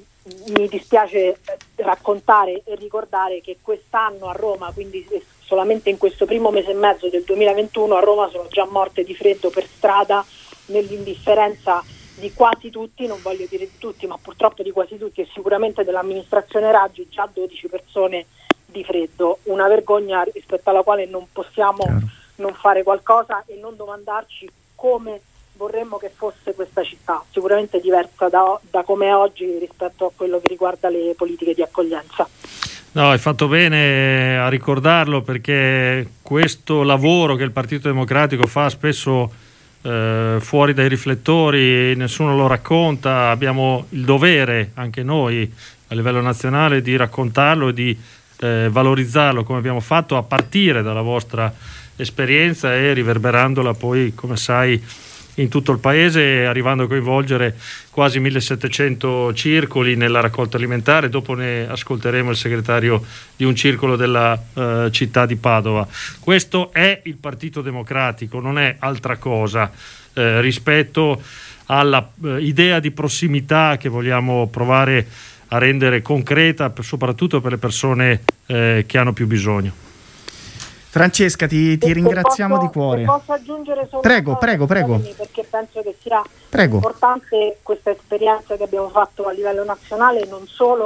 mi dispiace raccontare e ricordare che quest'anno a Roma, quindi solamente in questo primo mese e mezzo del duemilaventuno, a Roma sono già morte di freddo per strada, nell'indifferenza di quasi tutti, non voglio dire di tutti, ma purtroppo di quasi tutti, e sicuramente dell'amministrazione Raggi, già dodici persone di freddo. Una vergogna rispetto alla quale non possiamo Chiaro. non fare qualcosa e non domandarci come vorremmo che fosse questa città, sicuramente diversa da, da come è oggi rispetto a quello che riguarda le politiche di accoglienza. No, hai fatto bene a ricordarlo, perché questo lavoro che il Partito Democratico fa spesso Eh, fuori dai riflettori, nessuno lo racconta. Abbiamo il dovere anche noi a livello nazionale di raccontarlo e di eh, valorizzarlo, come abbiamo fatto a partire dalla vostra esperienza e riverberandola poi, come sai, in tutto il paese, arrivando a coinvolgere quasi millesettecento circoli nella raccolta alimentare. Dopo ne ascolteremo il segretario di un circolo della eh, città di Padova. Questo è il Partito Democratico, non è altra cosa, eh, rispetto alla eh, idea di prossimità che vogliamo provare a rendere concreta, per, soprattutto per le persone eh, che hanno più bisogno. Francesca, ti, ti ringraziamo posso, di cuore. Posso aggiungere solo prego, una cosa, prego, prego. Perché penso che sia prego. importante questa esperienza che abbiamo fatto a livello nazionale, non solo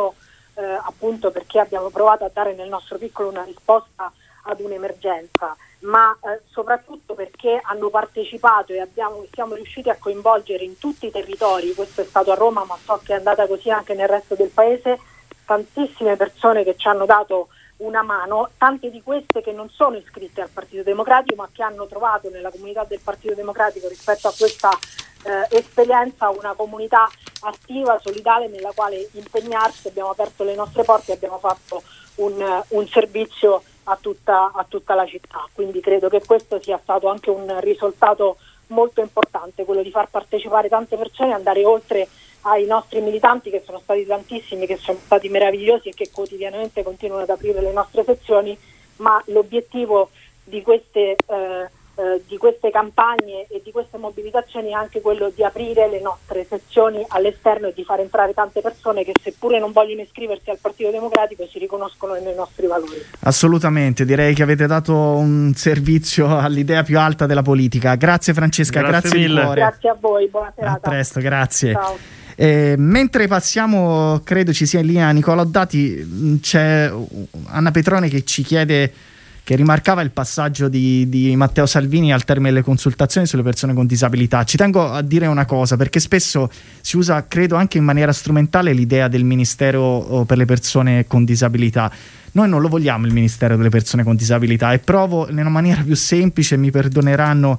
eh, appunto perché abbiamo provato a dare nel nostro piccolo una risposta ad un'emergenza, ma eh, soprattutto perché hanno partecipato e abbiamo, siamo riusciti a coinvolgere in tutti i territori, questo è stato a Roma ma so che è andata così anche nel resto del paese, tantissime persone che ci hanno dato una mano, tante di queste che non sono iscritte al Partito Democratico ma che hanno trovato nella comunità del Partito Democratico rispetto a questa eh, esperienza una comunità attiva, solidale nella quale impegnarsi. Abbiamo aperto le nostre porte e abbiamo fatto un, un servizio a tutta, a tutta la città, quindi credo che questo sia stato anche un risultato molto importante, quello di far partecipare tante persone, andare oltre ai nostri militanti che sono stati tantissimi, che sono stati meravigliosi e che quotidianamente continuano ad aprire le nostre sezioni, ma l'obiettivo di queste, eh, eh, di queste campagne e di queste mobilitazioni è anche quello di aprire le nostre sezioni all'esterno e di far entrare tante persone che seppure non vogliono iscriversi al Partito Democratico si riconoscono nei nostri valori. Assolutamente, direi che avete dato un servizio all'idea più alta della politica. Grazie Francesca, grazie, grazie mille. Di cuore. Grazie a voi, buona serata. A presto, grazie. Ciao. Eh, mentre passiamo, credo ci sia in linea Nicola Oddati, c'è Anna Petrone che ci chiede, che rimarcava il passaggio di, di Matteo Salvini al termine delle consultazioni sulle persone con disabilità. Ci tengo a dire una cosa, perché spesso si usa, credo anche in maniera strumentale, l'idea del Ministero per le persone con disabilità. Noi non lo vogliamo il Ministero delle persone con disabilità, e provo in una maniera più semplice, mi perdoneranno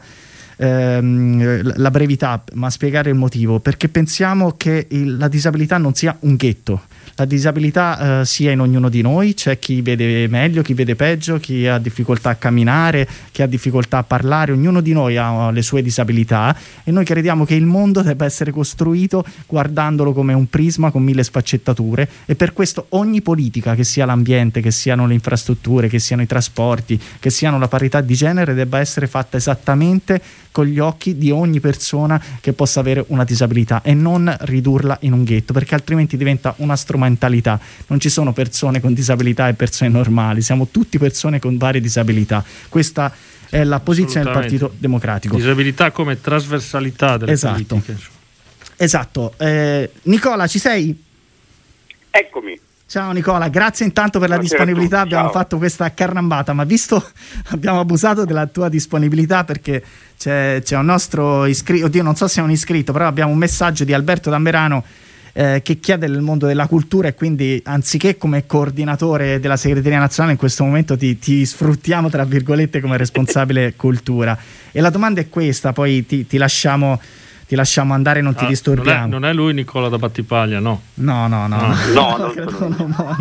ehm, la brevità, ma a spiegare il motivo, perché pensiamo che il, la disabilità non sia un ghetto. La disabilità eh, sia in ognuno di noi, c'è chi vede meglio, chi vede peggio, chi ha difficoltà a camminare, chi ha difficoltà a parlare, ognuno di noi ha le sue disabilità e noi crediamo che il mondo debba essere costruito guardandolo come un prisma con mille sfaccettature, e per questo ogni politica, che sia l'ambiente, che siano le infrastrutture, che siano i trasporti, che siano la parità di genere, debba essere fatta esattamente con gli occhi di ogni persona che possa avere una disabilità e non ridurla in un ghetto, perché altrimenti diventa una strumentalità. Non ci sono persone con disabilità e persone normali, siamo tutti persone con varie disabilità. Questa è la posizione del Partito Democratico. Disabilità come trasversalità delle esatto. politiche. Esatto. Eh, Nicola, ci sei? Eccomi. Ciao Nicola, grazie intanto per la Buonasera disponibilità, abbiamo Ciao. fatto questa carrambata, ma visto abbiamo abusato della tua disponibilità, perché c'è, c'è un nostro iscritto, oddio non so se è un iscritto, però abbiamo un messaggio di Alberto Damberano eh, che chiede del mondo della cultura, e quindi anziché come coordinatore della segreteria nazionale in questo momento ti, ti sfruttiamo tra virgolette come responsabile cultura, e la domanda è questa, poi ti, ti lasciamo... ti lasciamo andare, non ti ah, disturbiamo. Non è, non è lui Nicola da Battipaglia, no? No, no, no. No, no, no, no, no, no,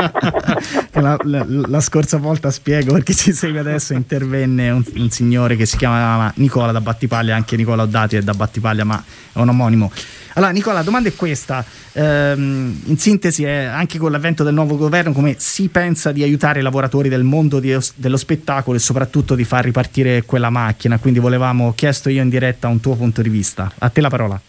no. la, la, la scorsa volta, spiego perché ci segue adesso, intervenne un, un signore che si chiama Nicola da Battipaglia, anche Nicola Oddati è da Battipaglia, ma è un omonimo. Allora Nicola, la domanda è questa, ehm, in sintesi è, anche con l'avvento del nuovo governo, come si pensa di aiutare i lavoratori del mondo di, dello spettacolo e soprattutto di far ripartire quella macchina? Quindi volevamo, chiesto io in diretta un tuo punto di vista. A te la parola.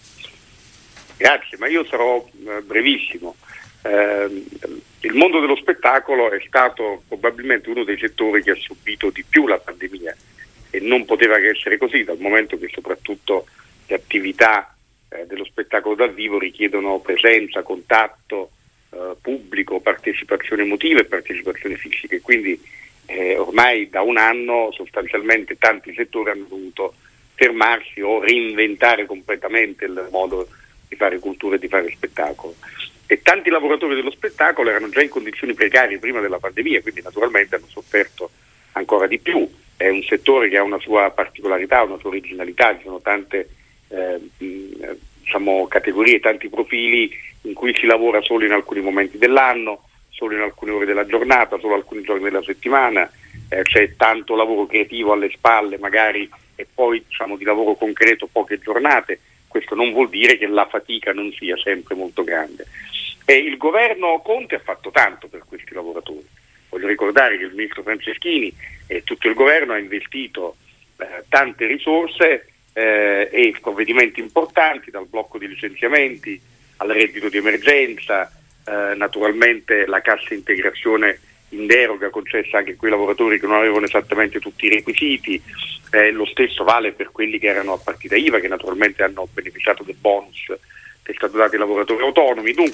Grazie, ma io sarò eh, brevissimo. Eh, il mondo dello spettacolo è stato probabilmente uno dei settori che ha subito di più la pandemia, e non poteva che essere così, dal momento che soprattutto le attività eh, dello spettacolo dal vivo richiedono presenza, contatto eh, pubblico, partecipazione emotiva e partecipazione fisica, e quindi eh, ormai da un anno sostanzialmente tanti settori hanno dovuto fermarsi o reinventare completamente il modo di fare cultura e di fare spettacolo. E tanti lavoratori dello spettacolo erano già in condizioni precarie prima della pandemia, quindi naturalmente hanno sofferto ancora di più. È un settore che ha una sua particolarità, una sua originalità, ci sono tante eh, diciamo, categorie, tanti profili in cui si lavora solo in alcuni momenti dell'anno, solo in alcune ore della giornata, solo alcuni giorni della settimana, eh, c'è tanto lavoro creativo alle spalle magari, e poi diciamo di lavoro concreto poche giornate. Questo non vuol dire che la fatica non sia sempre molto grande. E il governo Conte ha fatto tanto per questi lavoratori. Voglio ricordare che il ministro Franceschini e tutto il governo ha investito eh, tante risorse eh, e provvedimenti importanti, dal blocco di licenziamenti al reddito di emergenza, eh, naturalmente la cassa integrazione in deroga concessa anche a quei lavoratori che non avevano esattamente tutti i requisiti, eh, lo stesso vale per quelli che erano a partita I V A, che naturalmente hanno beneficiato del bonus che è stato dato ai lavoratori autonomi. Dunque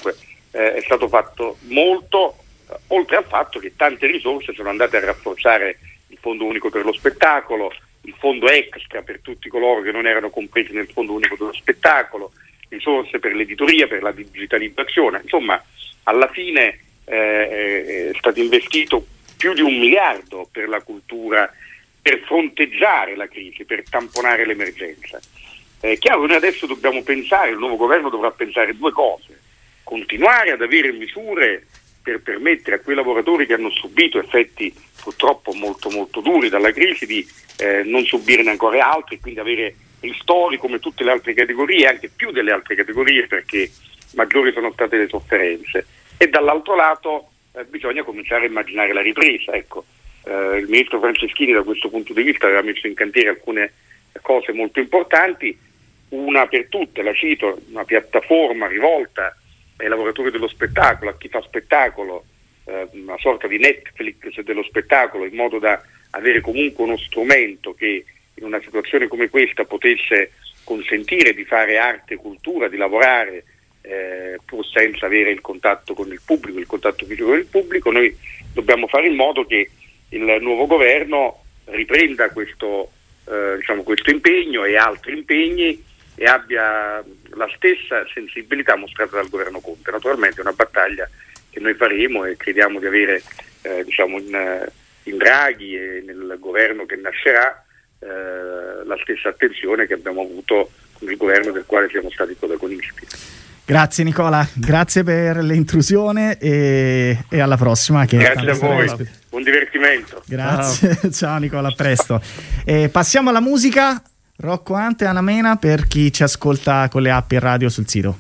eh, è stato fatto molto, eh, oltre al fatto che tante risorse sono andate a rafforzare il Fondo Unico per lo Spettacolo, il Fondo Extra per tutti coloro che non erano compresi nel Fondo Unico dello Spettacolo, risorse per l'editoria, per la digitalizzazione. Insomma, alla fine eh, è stato investito più di un miliardo per la cultura, per fronteggiare la crisi, per tamponare l'emergenza. È chiaro che noi adesso dobbiamo pensare, il nuovo governo dovrà pensare due cose: continuare ad avere misure per permettere a quei lavoratori che hanno subito effetti purtroppo molto molto duri dalla crisi di eh, non subirne ancora altri, quindi avere ristori come tutte le altre categorie, anche più delle altre categorie, perché maggiori sono state le sofferenze. E dall'altro lato eh, bisogna cominciare a immaginare la ripresa. Ecco, eh, il ministro Franceschini da questo punto di vista aveva messo in cantiere alcune cose molto importanti, una per tutte, la cito, una piattaforma rivolta ai lavoratori dello spettacolo, a chi fa spettacolo, eh, una sorta di Netflix dello spettacolo, in modo da avere comunque uno strumento che in una situazione come questa potesse consentire di fare arte e cultura, di lavorare eh, pur senza avere il contatto con il pubblico, il contatto fisico con il pubblico. Noi dobbiamo fare in modo che il nuovo governo riprenda questo, eh, diciamo, questo impegno e altri impegni e abbia la stessa sensibilità mostrata dal governo Conte. Naturalmente è una battaglia che noi faremo e crediamo di avere eh, diciamo in, in Draghi e nel governo che nascerà eh, la stessa attenzione che abbiamo avuto con il governo del quale siamo stati protagonisti. Grazie Nicola, grazie per l'intrusione e, e alla prossima. Che grazie a voi, buon divertimento. Grazie, ciao, ciao Nicola, a presto. E passiamo alla musica. Rocco Ante, Anna Mena, per chi ci ascolta con le app e radio sul sito.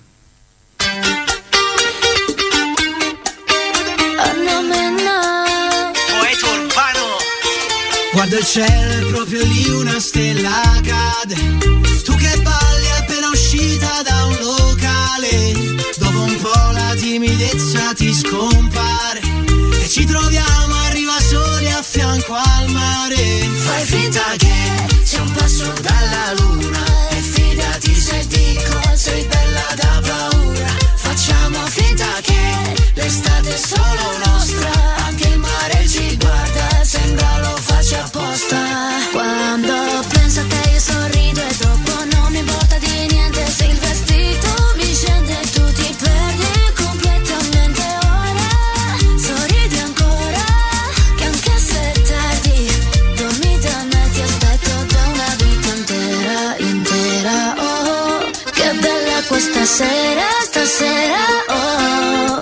Anna Mena, poeta urbano. Guarda il cielo, proprio lì una stella cade. Tu che balli appena uscita da un locale. Dopo un po' la timidezza ti scompare e ci troviamo, arriva soli a fianco al mare. Fai finta che sei un passo dalla luna e fidati se dico sei bella da paura. Facciamo finta che l'estate è solo nostra, anche il mare ci guarda, sembra lo faccia apposta. Quando penso a te io sorrido e dopo non mi importa di niente se il vestito mi scende e tu ti perdi completamente. Ora sorridi ancora, che anche se è tardi dormi da me, ti aspetto da una vita intera, intera. Oh, che bella questa sera, stasera. Oh,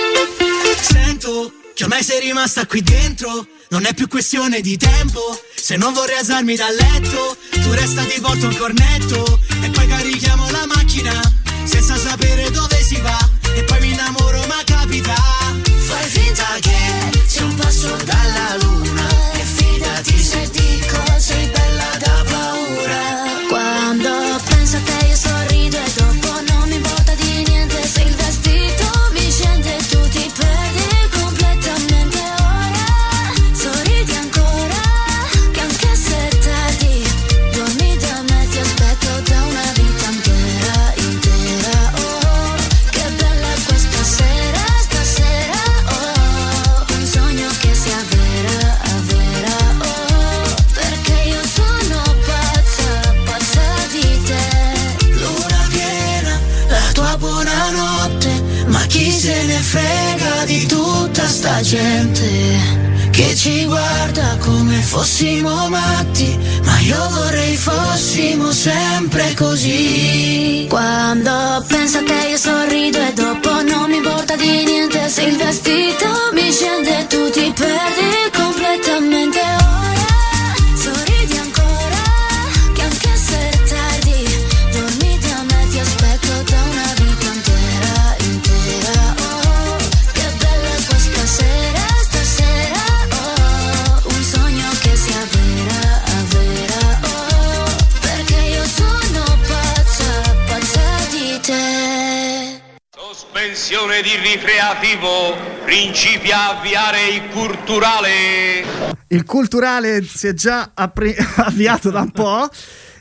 sento che ormai sei rimasta qui dentro, non è più questione di tempo. Se non vorrei alzarmi dal letto, tu resta, ti porto un cornetto e poi carichiamo la macchina senza sapere dove si va e poi mi innamoro ma capita. Fai finta che sei un passo dalla luna e fidati se dico sei bella da paura. quando penso a te io sorrido e dopo non mi importa di niente se il vestito mi scende e tu ti perdi completamente. Ora sorridi ancora, che anche se è tardi dormi da me, ti aspetto da una vita intera, intera. Oh, che bella questa sera, stasera. Oh, un sogno che sia vera, vera. Oh, perché io sono pazza, pazza di te. Luna piena, la tua buonanotte, ma chi se ne frega di tutta sta gente che ci guarda come fossimo matti, ma io vorrei fossimo sempre così. Quando penso a te io sorrido e dopo non mi importa di niente se il vestito mi scende e tu ti perdi completamente. Ora sorridi ancora, che anche se è tardi dormi da me, ti aspetto da una vita intera, intera. Oh, che bella questa sera, stasera. Oh, un sogno che sia vera, vera. Oh, perché io sono pazza, pazza di te. Sospensione di ricreativo, principia a avviare il culturale. Il culturale si è già appri- avviato da un po'.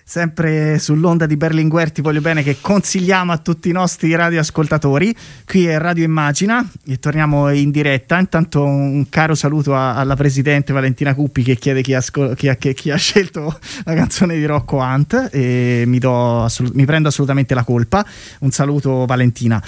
sempre sull'onda di Berlinguer Ti voglio bene, che consigliamo a tutti i nostri radioascoltatori. Qui è Radio Immagina e torniamo in diretta. Intanto un caro saluto a, alla presidente Valentina Cuppi, che chiede chi ha, chi, ha, chi ha scelto la canzone di Rocco Hunt, e mi, do assolut- mi prendo assolutamente la colpa. Un saluto, Valentina.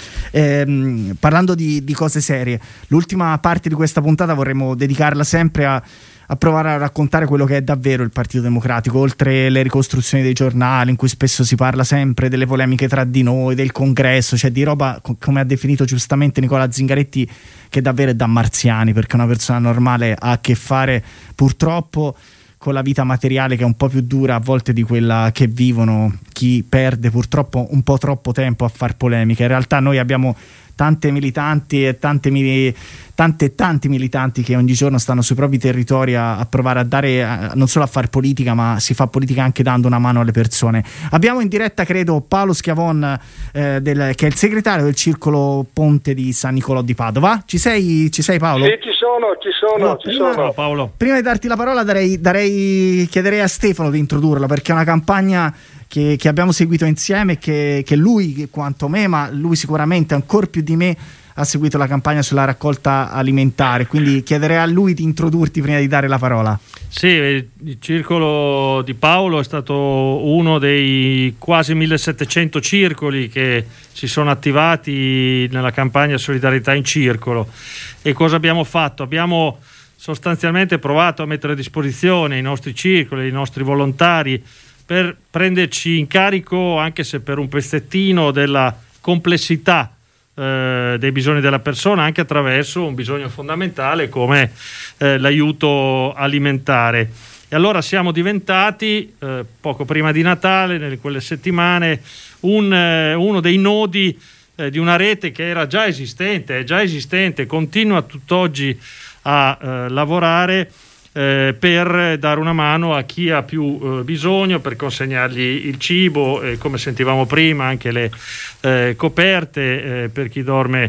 Ehm, parlando di, di cose serie, l'ultima parte di questa puntata vorremmo dedicarla sempre a a provare a raccontare quello che è davvero il Partito Democratico, oltre le ricostruzioni dei giornali in cui spesso si parla sempre delle polemiche tra di noi, del congresso, cioè di roba, come ha definito giustamente Nicola Zingaretti, che davvero è da marziani, perché una persona normale ha a che fare purtroppo con la vita materiale, che è un po' più dura a volte di quella che vivono chi perde purtroppo un po' troppo tempo a far polemiche. In realtà noi abbiamo tante militanti e tante mili- tante e tanti militanti che ogni giorno stanno sui propri territori a, a provare a dare, a, non solo a far politica, ma si fa politica anche dando una mano alle persone. Abbiamo in diretta, credo, Paolo Schiavon, eh, del, che è il segretario del Circolo Ponte di San Nicolò di Padova. Ci sei, ci sei Paolo? Sì, ci sono, ci sono, allora, ci prima, sono. Paolo. Prima di darti la parola darei, darei, chiederei a Stefano di introdurla, perché è una campagna Che, che abbiamo seguito insieme, che, che lui quanto me, ma lui sicuramente ancora più di me ha seguito la campagna sulla raccolta alimentare, quindi chiederei a lui di introdurti prima di dare la parola. Sì, il Circolo di Paolo è stato uno dei quasi millesettecento circoli che si sono attivati nella campagna Solidarietà in Circolo. E cosa abbiamo fatto? Abbiamo sostanzialmente provato a mettere a disposizione i nostri circoli, i nostri volontari, per prenderci in carico, anche se per un pezzettino, della complessità eh, dei bisogni della persona, anche attraverso un bisogno fondamentale come eh, l'aiuto alimentare. E allora siamo diventati, eh, poco prima di Natale, in quelle settimane, un, eh, uno dei nodi eh, di una rete che era già esistente, è già esistente, continua tutt'oggi a eh, lavorare Eh, per dare una mano a chi ha più eh, bisogno, per consegnargli il cibo, e come sentivamo prima anche le eh, coperte eh, per chi dorme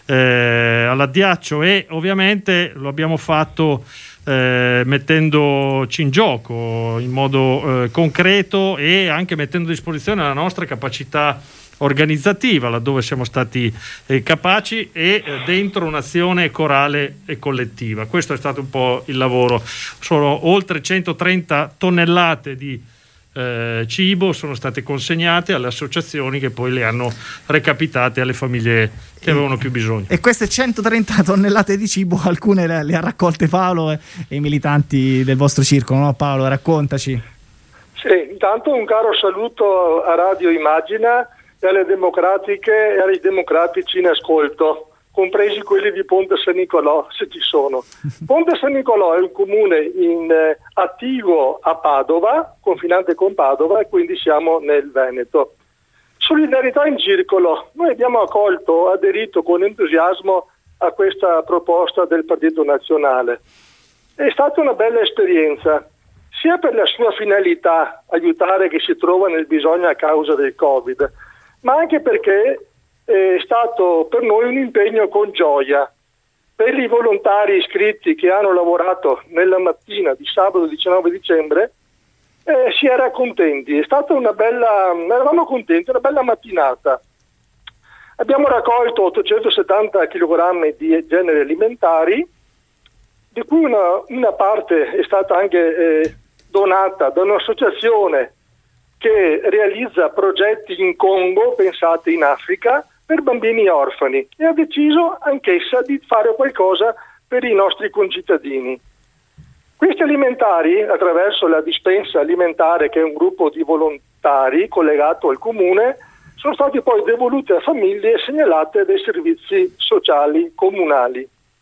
eh, all'addiaccio. E ovviamente lo abbiamo fatto eh, mettendoci in gioco in modo eh, concreto, e anche mettendo a disposizione la nostra capacità organizzativa, laddove siamo stati eh, capaci, e eh, dentro un'azione corale e collettiva. Questo è stato un po' il lavoro. Sono oltre centotrenta tonnellate di eh, cibo sono state consegnate alle associazioni, che poi le hanno recapitate alle famiglie che avevano più bisogno. E queste centotrenta tonnellate di cibo, alcune le, le ha raccolte Paolo e, e i militanti del vostro circolo, no Paolo? Raccontaci. Sì, intanto un caro saluto a Radio Immagina e alle democratiche e ai democratici in ascolto, compresi quelli di Ponte San Nicolò, se ci sono. Ponte San Nicolò è un comune in, eh, attivo a Padova, confinante con Padova, e quindi siamo nel Veneto. Solidarietà in Circolo. Noi abbiamo accolto, aderito con entusiasmo a questa proposta del Partito Nazionale. È stata una bella esperienza, sia per la sua finalità, aiutare chi si trova nel bisogno a causa del Covid, ma anche perché è stato per noi un impegno con gioia. Per i volontari iscritti che hanno lavorato nella mattina di sabato diciannove dicembre, eh, si era contenti, è stata una bella, eravamo contenti, una bella mattinata. Abbiamo raccolto ottocentosettanta chilogrammi di generi alimentari, di cui una, una parte è stata anche eh, donata da un'associazione che realizza progetti in Congo, pensate in Africa, per bambini orfani, e ha deciso anch'essa di fare qualcosa per i nostri concittadini. Questi alimentari, attraverso la dispensa alimentare, che è un gruppo di volontari collegato al comune, sono stati poi devoluti a famiglie e segnalate dai servizi sociali comunali.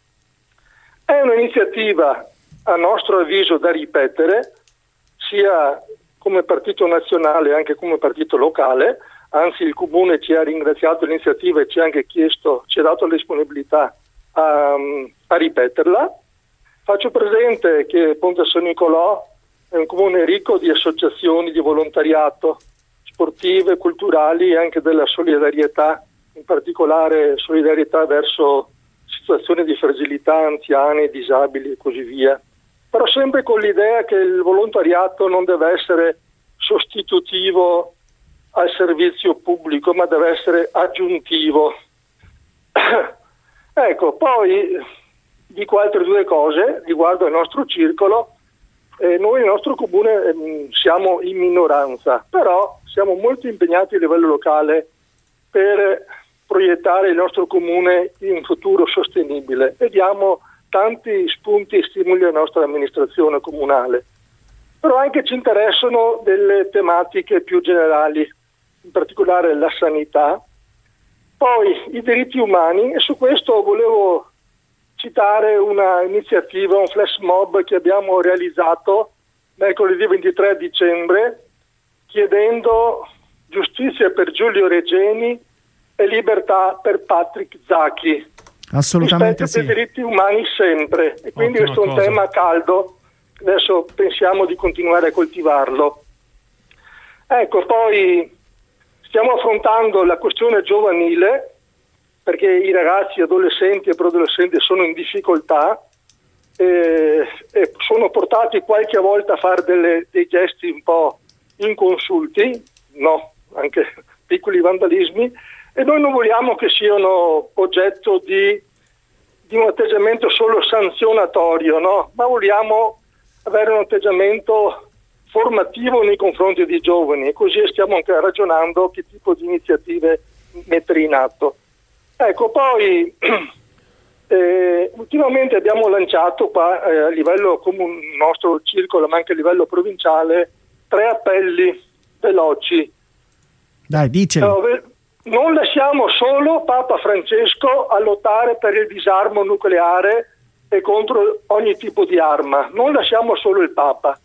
È un'iniziativa, a nostro avviso, da ripetere, sia come partito nazionale anche come partito locale, anzi il comune ci ha ringraziato l'iniziativa e ci ha anche chiesto, ci ha dato la disponibilità a, a ripeterla. Faccio presente che Ponte San Nicolò è un comune ricco di associazioni di volontariato sportive, culturali e anche della solidarietà, in particolare solidarietà verso situazioni di fragilità, anziani, disabili e così via. Però sempre con l'idea che il volontariato non deve essere sostitutivo al servizio pubblico, ma deve essere aggiuntivo. Ecco, poi dico altre due cose riguardo al nostro circolo. Eh, noi nel nostro comune eh, siamo in minoranza, però siamo molto impegnati a livello locale per proiettare il nostro comune in un futuro sostenibile e diamo tanti spunti e stimoli alla nostra amministrazione comunale. Però anche ci interessano delle tematiche più generali, in particolare la sanità, poi i diritti umani, e su questo volevo citare una iniziativa, un flash mob che abbiamo realizzato mercoledì ventitré dicembre, chiedendo giustizia per Giulio Regeni e libertà per Patrick Zaki. Assolutamente rispetto sì. per i diritti umani sempre, e quindi Ottima questo è un cosa. tema caldo, adesso pensiamo di continuare a coltivarlo. Ecco, poi stiamo affrontando la questione giovanile, perché i ragazzi, adolescenti e preadolescenti sono in difficoltà e, e sono portati qualche volta a fare delle, dei gesti un po' inconsulti, no, anche piccoli vandalismi, e noi non vogliamo che siano oggetto di, di un atteggiamento solo sanzionatorio, no? Ma vogliamo avere un atteggiamento formativo nei confronti dei giovani, e così stiamo anche ragionando che tipo di iniziative mettere in atto. Ecco, poi eh, ultimamente abbiamo lanciato qua eh, a livello come un nostro circolo, ma anche a livello provinciale, tre appelli veloci. Dai, diceli. Dove non lasciamo solo Papa Francesco a lottare per il disarmo nucleare e contro ogni tipo di arma, non lasciamo solo il Papa.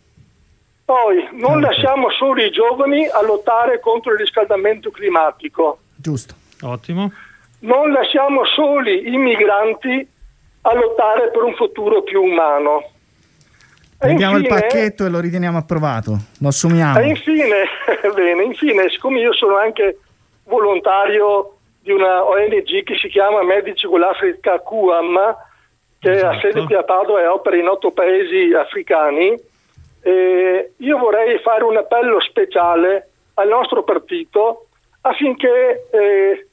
Poi non Okay. lasciamo solo i giovani a lottare contro il riscaldamento climatico. Giusto. Ottimo. Non lasciamo soli i migranti a lottare per un futuro più umano. E Prendiamo il infine- pacchetto e lo riteniamo approvato. Lo assumiamo. E infine, bene, infine, siccome io sono anche volontario di una O N G che si chiama Medici con l'Africa Q A M, che Esatto. ha sede qui a Padova e opera in otto paesi africani, eh, io vorrei fare un appello speciale al nostro partito affinché eh,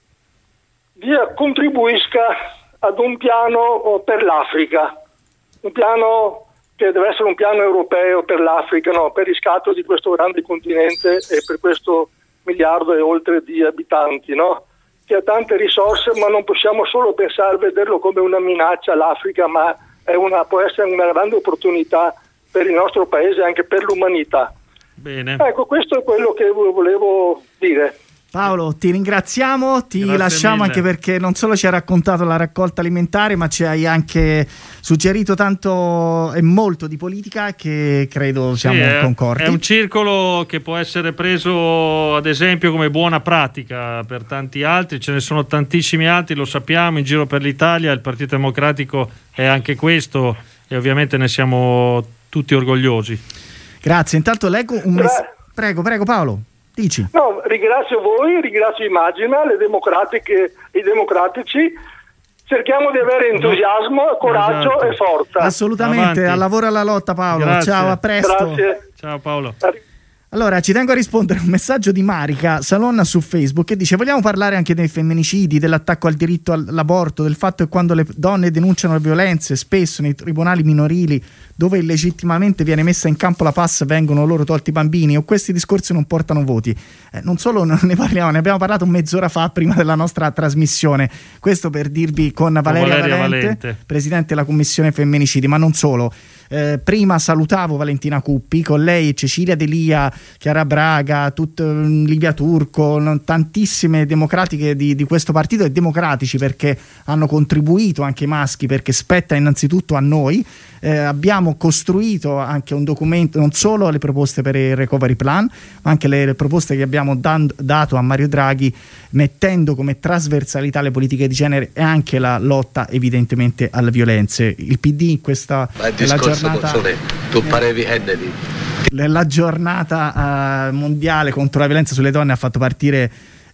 dia, contribuisca ad un piano per l'Africa, un piano che deve essere un piano europeo per l'Africa, no, per il riscatto di questo grande continente e per questo miliardo e oltre di abitanti, no, che ha tante risorse, ma non possiamo solo pensare a vederlo come una minaccia all'Africa, ma è una, può essere una grande opportunità per il nostro paese e anche per l'umanità. Bene. Ecco, questo è quello che volevo dire. Paolo, ti ringraziamo, ti Grazie lasciamo mille. anche perché non solo ci hai raccontato la raccolta alimentare, ma ci hai anche suggerito tanto e molto di politica, che credo Sì, siamo è, concordi. è un circolo che può essere preso ad esempio come buona pratica per tanti altri, ce ne sono tantissimi altri, lo sappiamo, in giro per l'Italia. Il Partito Democratico è anche questo e ovviamente ne siamo tutti orgogliosi. Grazie, intanto leggo un Gra- messaggio. Prego, prego Paolo, dici. No, ringrazio voi, ringrazio Immagina, le democratiche e i democratici. Cerchiamo di avere entusiasmo, coraggio Esatto. e forza. Assolutamente, Avanti. al lavoro e alla lotta Paolo. Grazie. Ciao, a presto. Grazie. Ciao Paolo. Allora, ci tengo a rispondere a un messaggio di Marica Salonna su Facebook che dice: vogliamo parlare anche dei femminicidi, dell'attacco al diritto all'aborto, del fatto che quando le donne denunciano le violenze, spesso nei tribunali minorili dove illegittimamente viene messa in campo la P A S, vengono loro tolti i bambini, o questi discorsi non portano voti. Eh, non solo ne parliamo, ne abbiamo parlato mezz'ora fa prima della nostra trasmissione. Questo per dirvi con Valeria, Valeria Valente, Valente, presidente della commissione femminicidi, ma non solo. Eh, prima salutavo Valentina Cuppi, con lei Cecilia Delia, Chiara Braga, tut, Livia Turco, no, tantissime democratiche di, di questo partito e democratici, perché hanno contribuito, anche i maschi, perché spetta innanzitutto a noi. Eh, abbiamo costruito anche un documento, non solo le proposte per il recovery plan, ma anche le, le proposte che abbiamo dan- dato a Mario Draghi, mettendo come trasversalità le politiche di genere e anche la lotta evidentemente alle violenze. Il P D in questa Ma il nella discorso giornata, Console, tu parevi Kennedy. la giornata uh, mondiale contro la violenza sulle donne ha fatto partire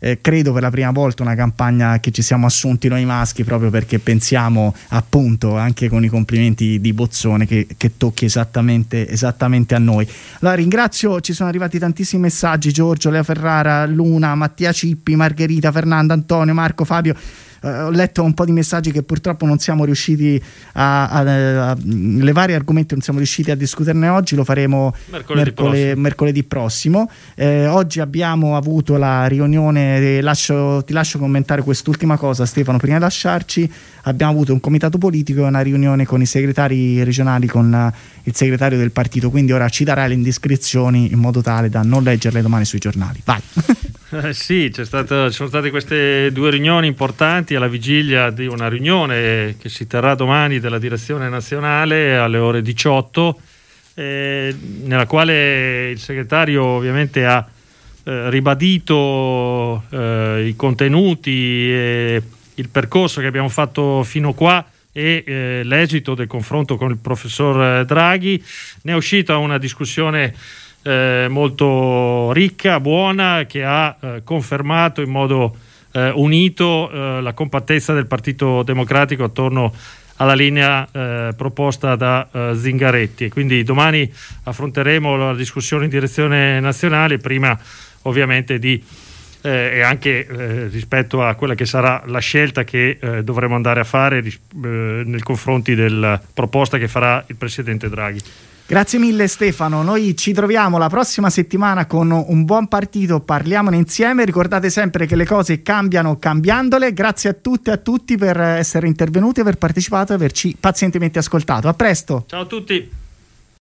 eh, credo per la prima volta una campagna che ci siamo assunti noi maschi, proprio perché pensiamo, appunto, anche con i complimenti di Bozzone, che, che tocchi esattamente, esattamente a noi. Allora ringrazio, ci sono arrivati tantissimi messaggi: Giorgio, Lea Ferrara, Luna, Mattia Cippi, Margherita, Fernanda, Antonio, Marco, Fabio. Uh, ho letto un po' di messaggi che purtroppo non siamo riusciti a, a, a le varie argomenti non siamo riusciti a discuterne oggi, lo faremo mercoledì, mercoledì prossimo, mercoledì prossimo. Eh, oggi abbiamo avuto la riunione, lascio, ti lascio commentare quest'ultima cosa, Stefano, prima di lasciarci. Abbiamo avuto un comitato politico e una riunione con i segretari regionali, con uh, il segretario del partito, quindi ora ci darà le indiscrezioni in modo tale da non leggerle domani sui giornali. Vai. Eh sì, c'è stato, ci sono state queste due riunioni importanti alla vigilia di una riunione che si terrà domani della direzione nazionale alle ore diciotto, eh, nella quale il segretario ovviamente ha eh, ribadito eh, i contenuti e il percorso che abbiamo fatto fino qua e eh, l'esito del confronto con il professor Draghi. Ne è uscita una discussione Eh, molto ricca, buona, che ha eh, confermato in modo eh, unito eh, la compattezza del Partito Democratico attorno alla linea eh, proposta da eh, Zingaretti. E quindi domani affronteremo la discussione in direzione nazionale, prima ovviamente di eh, e anche eh, rispetto a quella che sarà la scelta che eh, dovremo andare a fare eh, nei confronti della proposta che farà il Presidente Draghi. Grazie mille Stefano, noi ci troviamo la prossima settimana con un buon partito, parliamone insieme. Ricordate sempre che le cose cambiano cambiandole. Grazie a tutte e a tutti per essere intervenuti, aver partecipato e averci pazientemente ascoltato. A presto. Ciao a tutti.